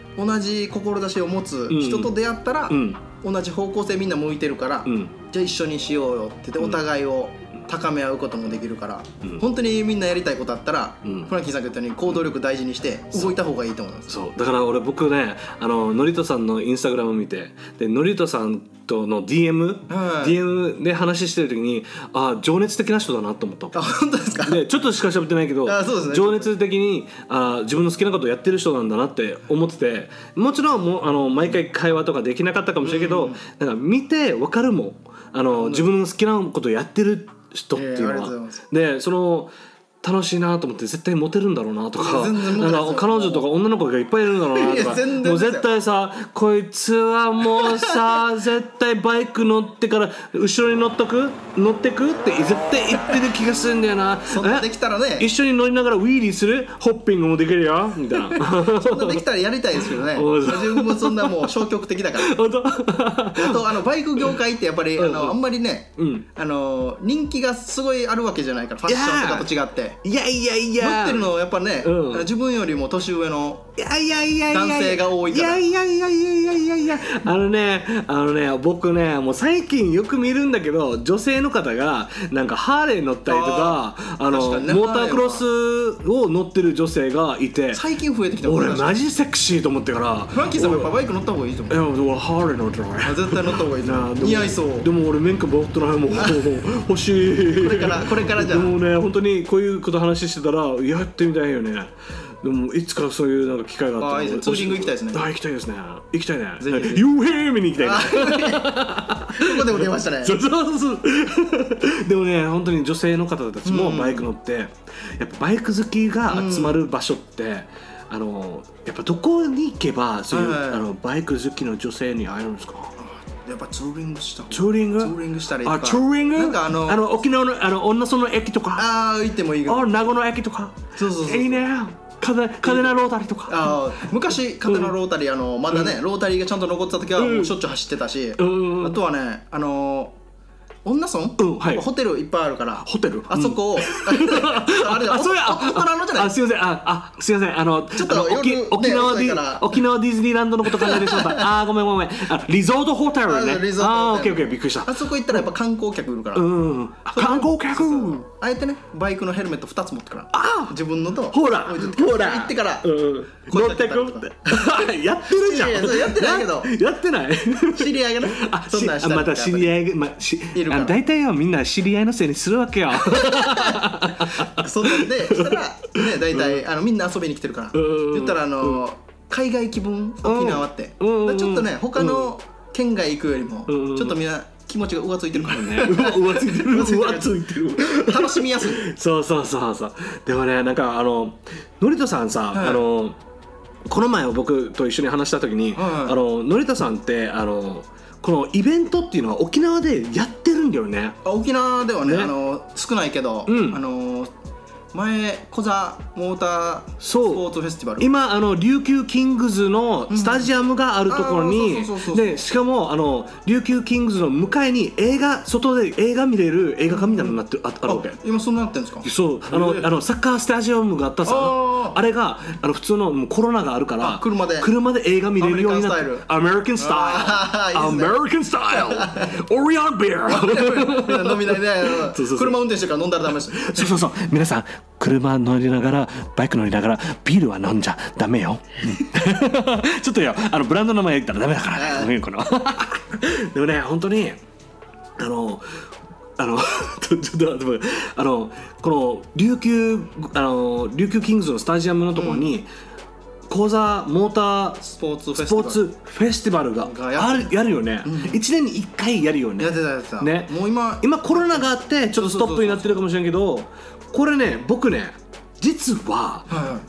同じ志を持つ人と出会ったら、うんうん、同じ方向性みんな向いてるから、うん、じゃあ一緒にしようよって言ってお互いを高め合うこともできるから、うん、本当にみんなやりたいことあったら、うん、フランキーさんが言ったように行動力大事にして動いた方がいいと思います。 そうだから俺僕ねあのノリトさんのインスタグラム見てでノリトさんとの ディーエム、はい、ディーエム で話してる時にあ情熱的な人だなと思った。 あ本当ですか。 でちょっとしか喋ってないけどあそうです、ね、情熱的にあ自分の好きなことをやってる人なんだなって思っててもちろんもうあの毎回会話とかできなかったかもしれないけど、うん、なんか見て分かるもんあの自分の好きなことをやってる人っていうのは、えー、でその楽しいなと思って絶対モテるんだろうなとかなんか彼女とか女の子がいっぱいいるんだろうなとかもう絶対さこいつはもうさ絶対バイク乗ってから後ろに乗っとく乗ってくって絶対言ってる気がするんだよな。 そんなできたらね一緒に乗りながらウィーリーするホッピングもできるよみたいなそんなできたらやりたいですけどね自分もそんなもう消極的だから本当あとあのバイク業界ってやっぱりあのあんまりね、うん、あの人気がすごいあるわけじゃないからファッションとかと違っていやいやいや乗ってるのやっぱね、うん、自分よりも年上の男性が多いからいやいやいやいやいやいやいやあのねあのね僕ねもう最近よく見るんだけど女性の方がなんかハーレー乗ったりとかああの、ね、モータークロスを乗ってる女性がいて最近増えてきた俺マジセクシーと思ってからフランキーさんもやっぱバイク乗った方がいいと思う。いや俺ハーレー乗ってない絶対乗った方がいいと思う似合いそうでも俺免許持ってないもん欲しいこれからこれからじゃん。 でもね本当にこういうこと話してたらやってみたいよね。でもいつかそういうなんか機会があったらツーリング行きたいですね。 あ行きたいですね行きたいね幽閉見に行きたいねここでも出ましたねそうそうそうでもね本当に女性の方たちもバイク乗って、うん、やっぱバイク好きが集まる場所って、うん、あのやっぱどこに行けばそういう、はいはい、あのバイク好きの女性に会えるんですか。 やっぱツーリングしたツーリングツーリングしたりとかあツーリングなんかあのあの沖縄のあの女園の駅とかああ行ってもいいけどあ名護の駅とかそうそうそういいねカデナロータリーとかあ昔カデナロータリーあのまだね、うん、ロータリーがちゃんと残ってた時はもうしょっちゅう走ってたし、うん、あとはねあの女村、うんはい、ホテルいっぱいあるからホテルあそこを、うん、あれだあそれ大人のじゃないあすいませんああすいませんあのちょっと沖縄ディ沖縄ディズニーランドのこと考えてしまったあごめんごめんあリゾートホテルねリゾートあオッケーオッケーびっくりしたあそこ行ったらやっぱ観光客いるからうん観光客あえてねバイクのヘルメットふたつ持ってからあ自分のとほらほら行ってから乗ってくってやってるじゃんやってないけどやってない知り合いがねそんなんしたまた知り合いがまあ大体はみんな知り合いのせいにするわけよそんなんでしたらね大体あのみんな遊びに来てるから言ったらあの海外気分沖縄ってちょっとね他の県外行くよりもちょっとみんな気持ちが浮ついてるからね浮ついてる浮ついてる楽しみやすいそうそうそうそうでもねなんかあののりとさんさ、はい、あのこの前僕と一緒に話した時に、はい、あののりとさんってあのこのイベントっていうのは沖縄でやってるんだよね。 あ沖縄では ね, ねあの少ないけど、うん、あの前コザモータースポーツフェスティバル今あの琉球キングズのスタジアムがあるところにでしかもあの琉球キングズの向かいに映画外で映画見れる映画館みたいなのになって、うん、あ, あるわけ。 今そんななってんですか。 そうあのあのサッカースタジアムがあったさ あ, あれがあの普通のもうコロナがあるから車で車で映画見れるようになってアメリカンスタイルアメリカンスタイルオリオンビア飲みないね車運転してから飲んだらダメです。 そうそうそう皆さん車乗りながらバイク乗りながらビールは飲んじゃダメよ、うん、ちょっとよあのブランドの名前言ったらダメだからねこのでもね本当にあのあのちょっとあのこの琉球あの琉球キングズのスタジアムのところに、うん講座モータースポーツフェスティバルがあるやるよね、うん、いちねんにいっかいやるよね。 やってたやってた、 ね、 もう 今, 今コロナがあってちょっとストップになってるかもしれんけどこれね僕ね実は、はいはい、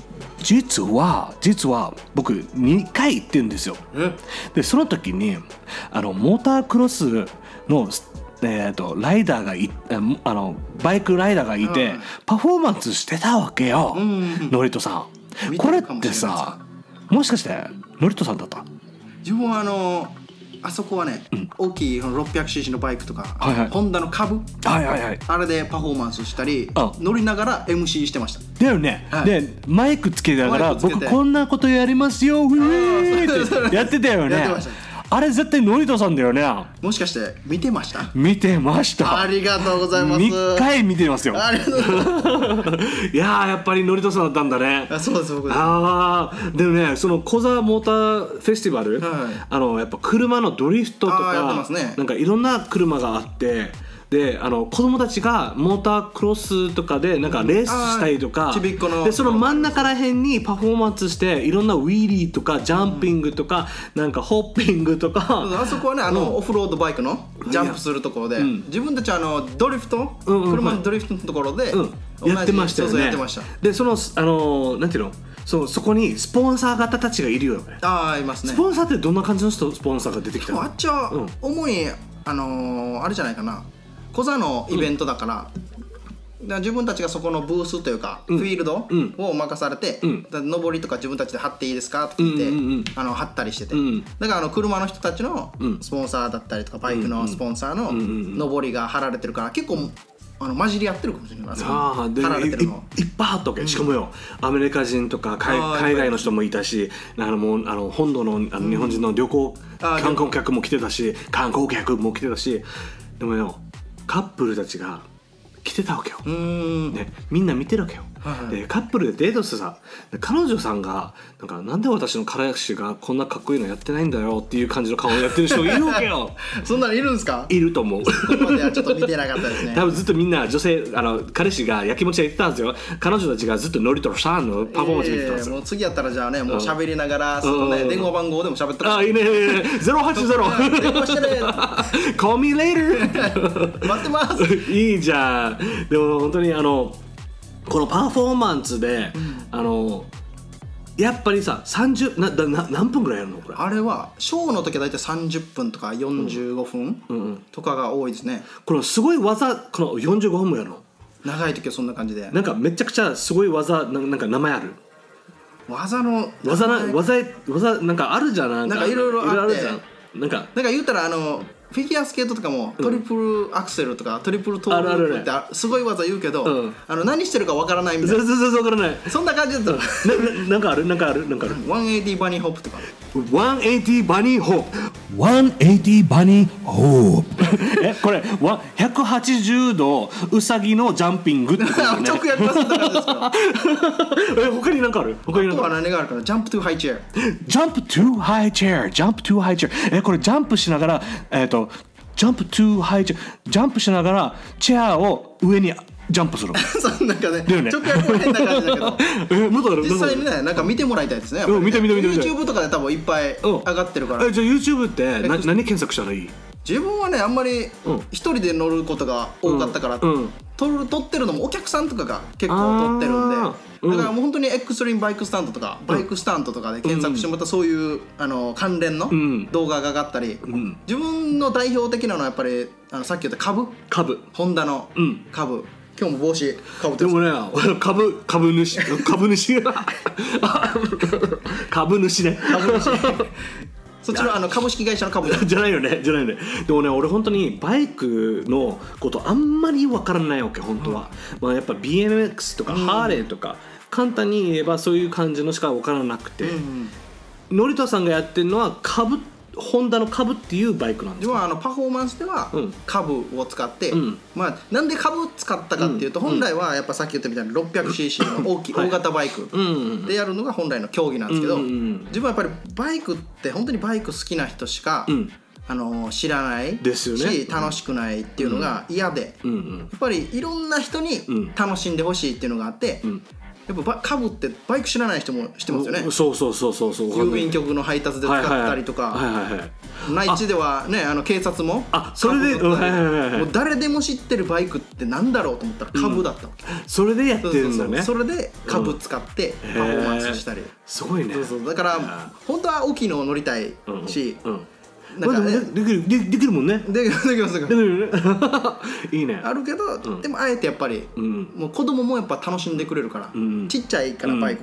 実は実は僕にかい行ってるんですよ。でその時にあのモータークロスのえー、とライダーがいあのバイクライダーがいて、うん、パフォーマンスしてたわけよ、うんうん、ノリトさんこれってさもしかしてノリトさんだった？ 自分はあのあそこはね、うん、大きい ろっぴゃくシーシー のバイクとか、はいはい、ホンダの株、はいはいはい、あれでパフォーマンスしたり乗りながら エムシー してました。 だよね、はい、でマイクつけながら僕こんなことやりますよウィーってやってたよね。やってました。あれ絶対ノリトさんだよね。 もしかして見てました？ 見てました。 ありがとうございます。 にかい見てますよ。 ありがとうございます。 いやーやっぱりノリトさんだったんだね。 あ、そうです僕です。 ああでもね、そのコザモーターフェスティバル、はい、あのやっぱ車のドリフトとか、ね、なんかいろんな車があって。であの子供たちがモータークロスとかでなんかレースしたりとか、 ちびっこのでその真ん中ら辺にパフォーマンスしていろんなウィーリーとかジャンピングとか、うん、なんかホッピングとか、 あそこはねあの、うん、オフロードバイクのジャンプするところで、うん、自分たちはあのドリフト、うんうん、車のドリフトのところで、うん、 やってましたよね。 そうそうやってました。 でそのあのなんていうのそうそこにスポンサー方たちがいるよね。 ああいますね。 スポンサーってどんな感じの人スポンサーが出てきたの？ あっちは、うん、主にあのー、あれじゃないかな。コザのイベントだから、うん、だから自分たちがそこのブースというか、うん、フィールドを任されて、うん、だ上りとか自分たちで貼っていいですかって聞いて、うんうんうん、あの貼ったりしてて、うん、だからあの車の人たちのスポンサーだったりとかバイクのスポンサーの上りが貼られてるから結構あの混じり合ってるかもしれない。 あで貼られてるの い, い, いっぱいあったわけ、うん、しかもよアメリカ人とか 海, 海外の人もいたし、あのもうあの本土 の, あの日本人の旅行、うん、観光客も来てたし観光客も来てたし、でもよカップルたちが来てたわけよ。うーん、ね、みんな見てるわけよ。はいはい、でカップルでデートしてさ、彼女さんがなんかなんで私の彼氏がこんなかっこいいのやってないんだよっていう感じの顔をやってる人がいるわけよ。 そんなのいるんですか？ いると思う。 ここまではちょっと見てなかったですね。 多分ずっとみんな女性あの彼氏がやきもちで言ってたんですよ。彼女たちがずっとノリとシャーンのパフォーマンス見てたんですよ。 えー、もう次やったらじゃあねもう喋りながら、うん、そのね、うん、電話番号でも喋ってあいいねいいねゼロはちゼロ電話してね Call me later 待ってますいいじゃん。でも本当にあのこのパフォーマンスで、うん、あのやっぱりささんじゅうなな何分ぐらいやるのこれ？ あれはショーの時は大体さんじゅっぷんとかよんじゅうごふん、うんうん、とかが多いですね。 このすごい技このよんじゅうごふんもやるの？ 長い時はそんな感じでなんかめちゃくちゃすごい技 な, なんか名前ある？ 技の技な技技なんかあるじゃん。なんかいろいろあってなんかなんか言ったらあのフィギュアスケートとかもトリプルアクセルとかトリプルトーループってすごい技言うけど、うん、あの何してるかわからないみたいな。 そうそうそうわからない。 そんな感じだった。 な, なんかあるなんかあるなんかある。 ひゃくはちじゅうバニーホップとか。 ひゃくはちじゅうバニーホップ。ひゃくはちじゅうバニーホップ。えこれひゃくはちじゅうどウサギのジャンピングってことだね。 直訳はそんな感じですか。 え他に何かある？他に何かある？何があるかな。ジャンプトゥーハイチェア。 ジャンプトゥーハイチェア。ジャンプトゥーハイチェア。えこれジャンプしながらえっ、ー、とジャンプトゥーハイチェア。ジャンプしながらチェアを上にジャンプする。 そんなんかね、直訳は変な感じだけど。 えまだ実際にねなんか見てもらいたいですね。 うん見て見て見て見て。 YouTube とかで多分いっぱい上がってるから。 えじゃあ YouTube ってな何検索したらいい？ 自分はねあんまり一人で乗ることが多かったから、うんうん、撮る撮ってるのもお客さんとかが結構撮ってるんで、だからもう本当にエクストリームバイクスタントとかバイクスタントとかで検索してまたそういうあの関連の動画が上がったり、うん、自分の代表的なのはやっぱりあのさっき言った株株ホンダの株、うん、今日も帽子かぶってます。 でもね株株主株主株主ね株主そっちのあの株式会社の株じゃないよねじゃないよね。でもね俺本当にバイクのことあんまり分からないわけ本当は、うん、まあやっぱ ビーエムエックス とかハーレーとか、うん、簡単に言えばそういう感じのしか分からなくて、うんうん、ノリトさんがやってるのは株ホンダの株っていうバイクなんですか？ ではあのパフォーマンスでは株を使って、うん、まあなんで株使ったかっていうと、うん、本来はやっぱさっき言ったみたいに ろっぴゃくシーシー の大きい大型バイクでやるのが本来の競技なんですけど、うんうんうん、自分はやっぱりバイクって本当にバイク好きな人しか、うん、あの知らないですよね、 し楽しくないっていうのが嫌で、うんうんうん、やっぱりいろんな人に楽しんでほしいっていうのがあって、うんやっぱ株ってバイク知らない人も知ってますよね。 そうそうそうそうそう。 郵便局の配達で使ったりとか、内地ではねあの警察もあそれで、うんはいはいはい、 もう誰でも知ってるバイクってなんだろうと思ったら株だったわけ、 うん、それでやってるんだね。 そうそうそうそれで株使ってパフォーマンスしたり、 うん、すごいね。 そうそうだから本当は大きいのを乗りたいし、うんうんなんかね、できるでできるもんね。 できますできますできるね。いいね。 あるけど、うん、でもあえてやっぱり、うん、もう子供もやっぱ楽しんでくれるから、うん、ちっちゃいからバイクが、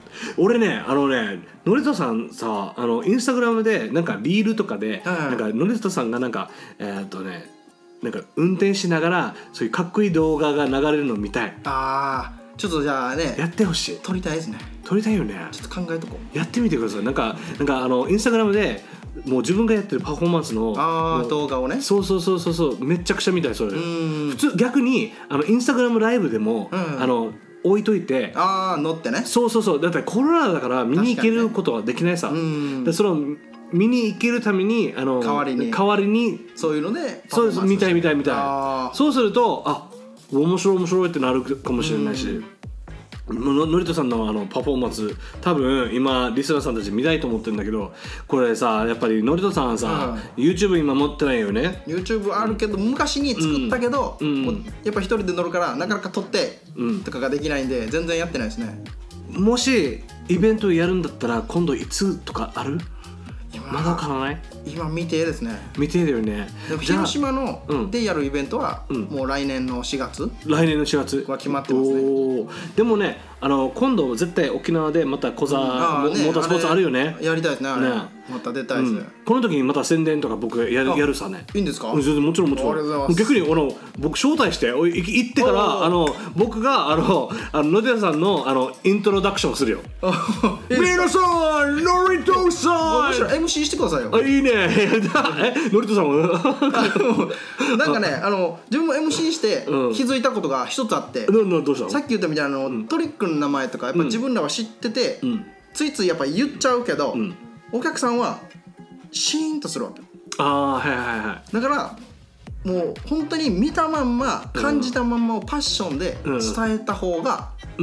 俺ねあのねノリトさんさあのインスタグラムでなんかリールとかで、はいはい、なんかノリトさんがなんかえー、っとねなんか運転しながらそういうかっこいい動画が流れるの見たい。 ああちょっとじゃあねやってほしい。 撮りたいですね。 撮りたいよね。 ちょっと考えとこう。やってみてください。なんかなんかあのインスタグラムでもう自分がやってるパフォーマンスのあ動画をね。 そうそうそうそうそうめちゃくちゃ見たいそれ。普通逆にあのインスタグラムライブでも、うん、あの置いといてああ乗ってね。 そうそうそうだってコロナだから見に行けることはできないさ。ね、でその見に行けるためにあの代わりに代わりにそういうのでそうです見たい見たい見たい。そうするとあ面白い面白いってなるかもしれないし。ののりとさんのあのパフォーマンス多分今リスナーさんたち見たいと思ってるんだけどこれさやっぱりのりとさんさ、うん、YouTube 今持ってないよね。 YouTube あるけど昔に作ったけど、うん、やっぱ一人で乗るからなかなか撮ってとかができないんで全然やってないですね。 もしイベントやるんだったら今度いつとかある？まだわからない？ 今未定ですね。 未定だよね。 でも広島のでやるイベントはもう来年のしがつ、 来年のしがつは決まってますね。 おでもねあの今度絶対沖縄でまた小座、うんモ, ね、モータースポーツあるよね。 やりたいですねあれ、ね、また出たいですね、うん、 この時にまた宣伝とか僕 や, やるさね。 いいんですか？ もちろんもちろん逆にあの僕招待して行ってからあの僕があのあののりとさん の, あのイントロダクションするよ。皆さんのりとさんむしろ エムシー してくださいよ。 あいいねえのりとさんもなんかねあの自分も エムシー して気づいたことが一つあって、 うん、どうしたの？ さっき言ったみたいなあの、うん、トリックの名前とかやっぱ自分らは知ってて、うん、ついついやっぱ言っちゃうけど、うん、お客さんはシーンとするわけ。 ああはいはいはい。 だからもう本当に見たまんま感じたまんまをパッションで伝えた方が、うん、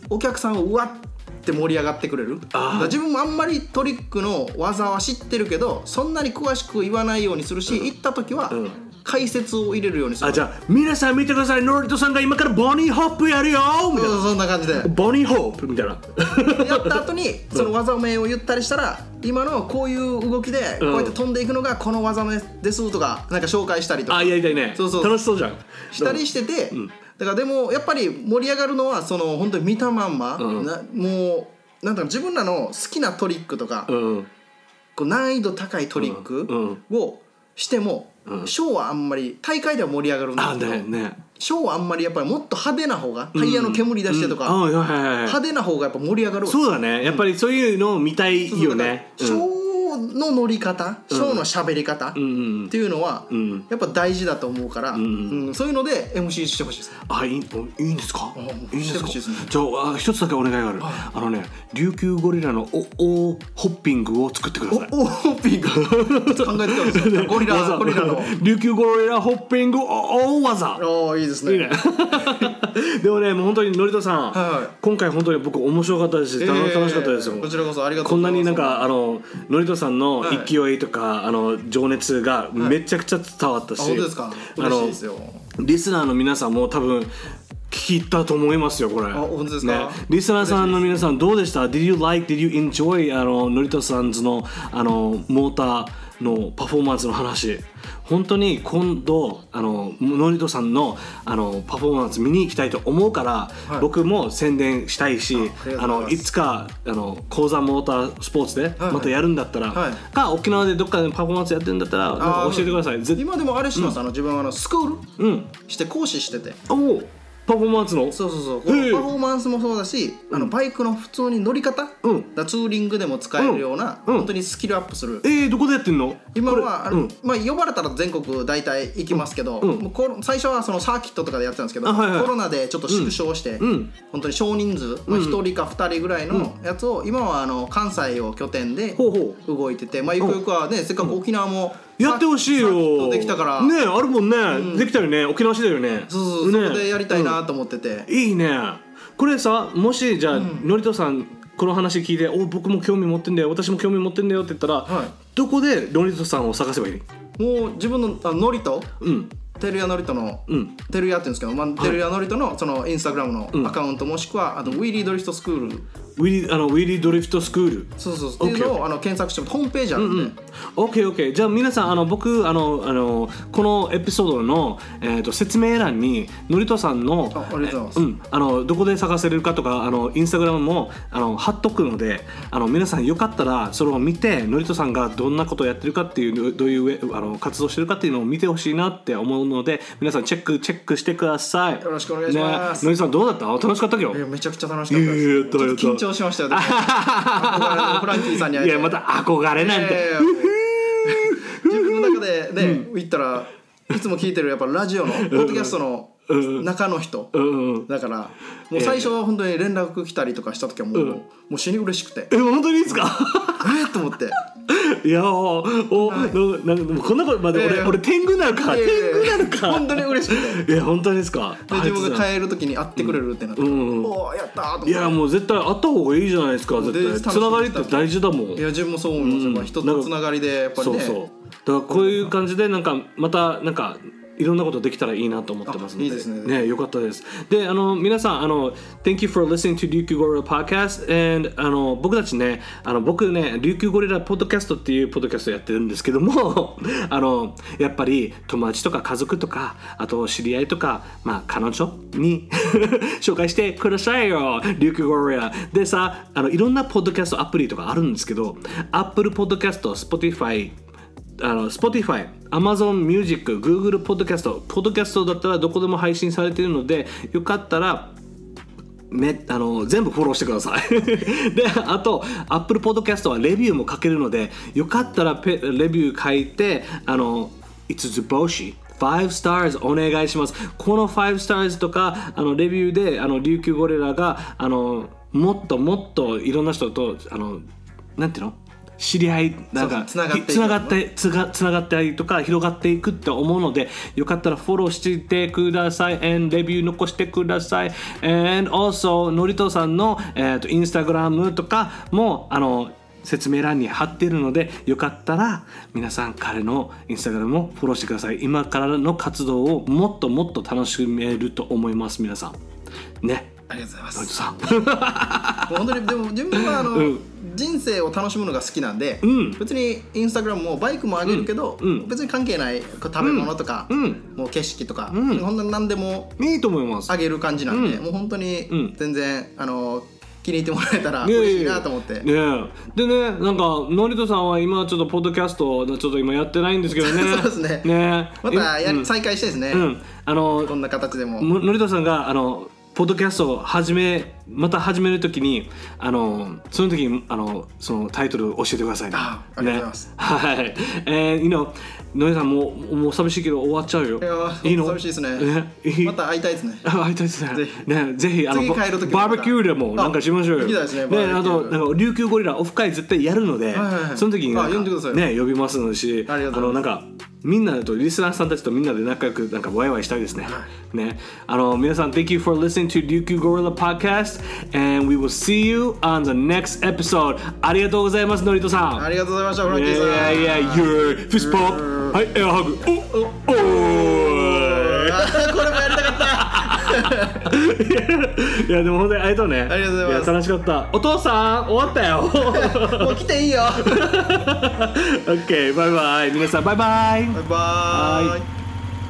お客さんをうわって盛り上がってくれる。だから自分もあんまりトリックの技は知ってるけどそんなに詳しく言わないようにするし、うん、行った時は、うん解説を入れるようにする。 あじゃあ皆さん見てくださいノリトさんが今からボニーホップやるよみたいな。 そんな感じでボニーホップみたいなやった後にその技名を言ったりしたら今のこういう動きでこうやって飛んでいくのがこの技名ですとかなんか紹介したりとか。 あやりたいね。 そうそう楽しそうじゃんしたりしてて、うん、だからでもやっぱり盛り上がるのはその本当に見たまんま、うん、なもうなんだろう自分らの好きなトリックとか、うん、こう難易度高いトリックをしても、うん、ショーはあんまり大会では盛り上がるんですけど、ねね、ショーはあんまりやっぱりもっと派手な方がタイヤの煙出してとか、うんうん、派手な方がやっぱ盛り上がる。 そうだねやっぱりそういうのを見たいよね。 ショーの乗り方、ショーの喋り方っていうのはやっぱ大事だと思うから、うんうん、そういうので エムシー してほしいです。 あいい、いいんですか？いいんですか？ ですね、 じゃあ一つだけお願いがある。あのね琉球ゴリラのおおホッピングを作ってください。 おおホッピング考えてたんですよ。ゴリラゴリラの琉球ゴリラホッピング大技。 おいいですね。いいねでもねもう本当にのりとさん、はい、今回本当に僕面白かったですし、えー、楽しかったですよ。 こちらこそありがとうございます。 こんなになんかあののりとさんの勢いとか、はい、あの情熱がめちゃくちゃ伝わったし、 はい、あ本当ですか？嬉しいですよ。 リスナーの皆さんも多分聞き入ったと思いますよこれ。 あ本当ですか？ ね、リスナーさんの皆さんどうでした？ Did you like, did you enjoy あののりとさんのあのモーターのパフォーマンスの話。本当に今度あののりとさんのあのパフォーマンス見に行きたいと思うから、はい、僕も宣伝したいし、あのいつかあの講座モータースポーツでまたやるんだったら、はいはい、か沖縄でどっかでパフォーマンスやってるんだったらなんか教えてください。 今でもあれします、うん、あの自分はあのスクール、うん、して講師してて。 おパフォーマンスのそうそうそうこのパフォーマンスもそうだし、うん、あのバイクの普通に乗り方、うん、だツーリングでも使えるような、うん、本当にスキルアップする。 えー、どこでやってんの？ 今はあの、うん、まあ、呼ばれたら全国大体行きますけど、うん、もうこ最初はそのサーキットとかでやってたんですけど、はいはい、コロナでちょっと縮小して、うん、本当に少人数、まあ、ひとりかふたりぐらいのやつを、今はあの関西を拠点で動いてて、まあ、ゆくゆくはねせっかく沖縄もやってほしいよ。 できたからねあるもんね、うん、できたよね沖縄市だよね。 そうそう、ね、それでやりたいなと思ってて、 うん、いいね。これさもしじゃあ、うん、のりとさんこの話聞いてお僕も興味持ってんだよ私も興味持ってんだよって言ったら、はい、どこでのりとさんを探せばいい？ もう自分のあのりと、うんテルヤノリトの、うん、テルヤって言うんですけど、まあ、テルヤノリトのそのインスタグラムのアカウント、うん、もしくはあとウィリードリフトスクールウィリーあのウィリードリフトスクール。 そうそうそう。っていうのをあの検索してもホームページあるんで。うんうん、 オッケーオッケー。じゃあ皆さんあの僕あのあのこのエピソードのえっ、ー、と説明欄にのりとさんのあありがとうございます。 うん、あのどこで探せるかとかあのインスタグラムもあの貼っとくので、あの皆さんよかったらそれを見てのりとさんがどんなことをやってるかっていうどういうあの活動してるかっていうのを見てほしいなって思うので、皆さんチェックチェックしてください。 よろしくお願いします。 ね、のりさんどうだった？楽しかった今日。 いやめちゃくちゃ楽しかったです。 やったやった。 緊張しましたよ。フランキーさんに会えて。 いやまた憧れなんて。 自分の中でね、うん、言ったらいつも聞いてるやっぱラジオのポッドキャストの中の人、うんうん、だからもう最初は本当に連絡来たりとかした時はもう、うん、もう死に嬉しくて。 え本当にいいですか？ えっと思って。 いやおお、はい、なんかこんなことまで、えー、俺俺天狗なのか、えー、天狗なのか。 本当に嬉しくて。 いや本当ですか。 で自分が帰る時に会ってくれるってなって、うんうん、おやったーと思って。 いやもう絶対会った方がいいじゃないですか。絶対つながりって大事だもん。 いや自分もそう思います、うんまあ、人とつながりでやっぱりね。 そうそう。だからこういう感じでなんかまたなんかいろんなことできたらいいなと思ってますので。 いいですね。 ね、よかったです。で、あの皆さんあの Thank you for listening to 琉球ゴリラ Podcast and あの僕たちね、あの僕ね琉球ゴリラポッドキャストっていうポッドキャストやってるんですけども、あのやっぱり友達とか家族とかあと知り合いとかまあ彼女に紹介してくださいよ琉球ゴリラでさ、あのいろんなポッドキャストアプリとかあるんですけど、Apple Podcast、Spotifyあの Spotify、Amazon Music、Google Podcast、ポッドキャストだったらどこでも配信されているので、よかったらめあの全部フォローしてくださいで、あと Apple Podcast はレビューも書けるので、よかったらペレビュー書いて、あのいつつ星ファイブスターズお願いします。このファイブスターズとかあのレビューであの琉球ゴリラがあのもっともっといろんな人とあのなんていうの知り合いなんかつながってつながってつがつながったりとか広がっていくって思うので、よかったらフォローしてください and レビュー残してください and also のりとさんの、えー、とインスタグラムとかもあの説明欄に貼っているので、よかったら皆さん彼のインスタグラムもフォローしてください。今からの活動をもっともっと楽しめると思います。皆さんね、 ありがとうございます。本当にでも自分はあの、うん、人生を楽しむのが好きなんで、うん、別にインスタグラムもバイクも上げるけど、うん、別に関係ない食べ物とか、うん、もう景色とか、うん、ほんと何でもいいと思います。 上げる感じなんで、うん、もう本当に全然、あの気に入ってもらえたら嬉しいなと思って。 ねえでね、なんかのりとさんは今ちょっとポッドキャストちょっと今やってないんですけどねそうですね。 ねまたや、うん、再開したいですね、うん、あのこんな形でものりとさんがあのポッドキャストを始めまた始めるときにあのその時にあのそのタイトル教えてくださいね。 あありがとうございます、 ね、はい。えー、you knowのりさんもうもう寂しいけど終わっちゃうよ。 いやいいの寂しいですね。ねまた会いたいですね。 会いたいですね。ぜひねぜひあの次帰る時バーベキューでもなんかしましょうよ。 行きたいですね。 ねあとなんか琉球ゴリラオフ会絶対やるので、はいはいはい、その時になんか、 呼んでくださいね呼びますのし、 ありがとうございます。 あのなんかみんなとリスナーさんたちとみんなで仲良くなんかワイワイしたいですね。はい、ねあの皆さん Thank you for listening to 琉球ゴリラ Podcast and we will see you on the next episode。 ありがとうございますのりとさん。 ありがとうございましたフランキーさん。 いやいやいや Your fist pump。はい、エアハグ。おおおこれもやりたかったいやでも本当にありがとうね。 ありがとうございます。 いや楽しかった。お父さん終わったよもう来ていいよ OK バイバイ。皆さんバイバイバイバイ。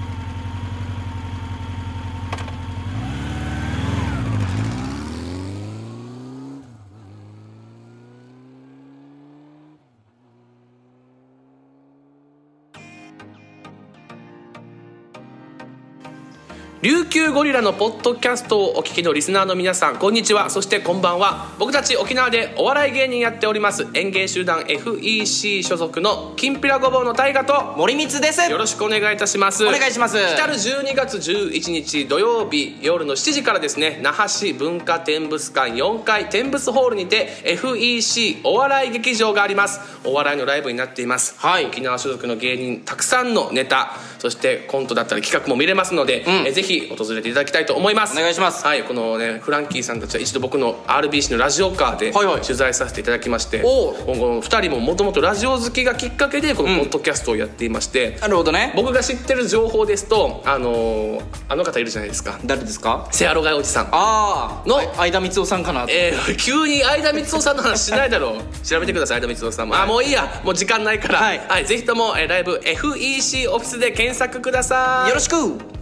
琉球ゴリラのポッドキャストをお聞きのリスナーの皆さん、こんにちは、そしてこんばんは。僕たち沖縄でお笑い芸人やっております演芸集団 エフイーシー 所属のきんぴらごぼうの大河と森光です。 よろしくお願いいたします。 お願いします。 来たるじゅうにがつじゅういちにち土曜日夜のしちじからですね、那覇市文化展物館よんかい展物ホールにて エフイーシー お笑い劇場があります。お笑いのライブになっています。はい、沖縄所属の芸人たくさんのネタ、 そしてコントだったり企画も見れますので、うん、えぜひ訪れていただきたいと思います。 お願いします。 はい、このねフランキーさんたちは一度僕の アールビーシー のラジオカーで取材させていただきまして、はいはい、このふたりももともとラジオ好きがきっかけでこのポッドキャストをやっていまして、 うん、なるほどね。 僕が知ってる情報ですとあのー、あの方いるじゃないですか。 誰ですか？ セアロガイおじさんあの相田光夫さんかな。 えー、急に相田光夫さんの話しないだろう調べてください。相田光夫さんも、はい、あもういいやもう時間ないから、はい、はい、ぜひとも、えー、ライブ エフイーシー オフィスで検索ください。 よろしく。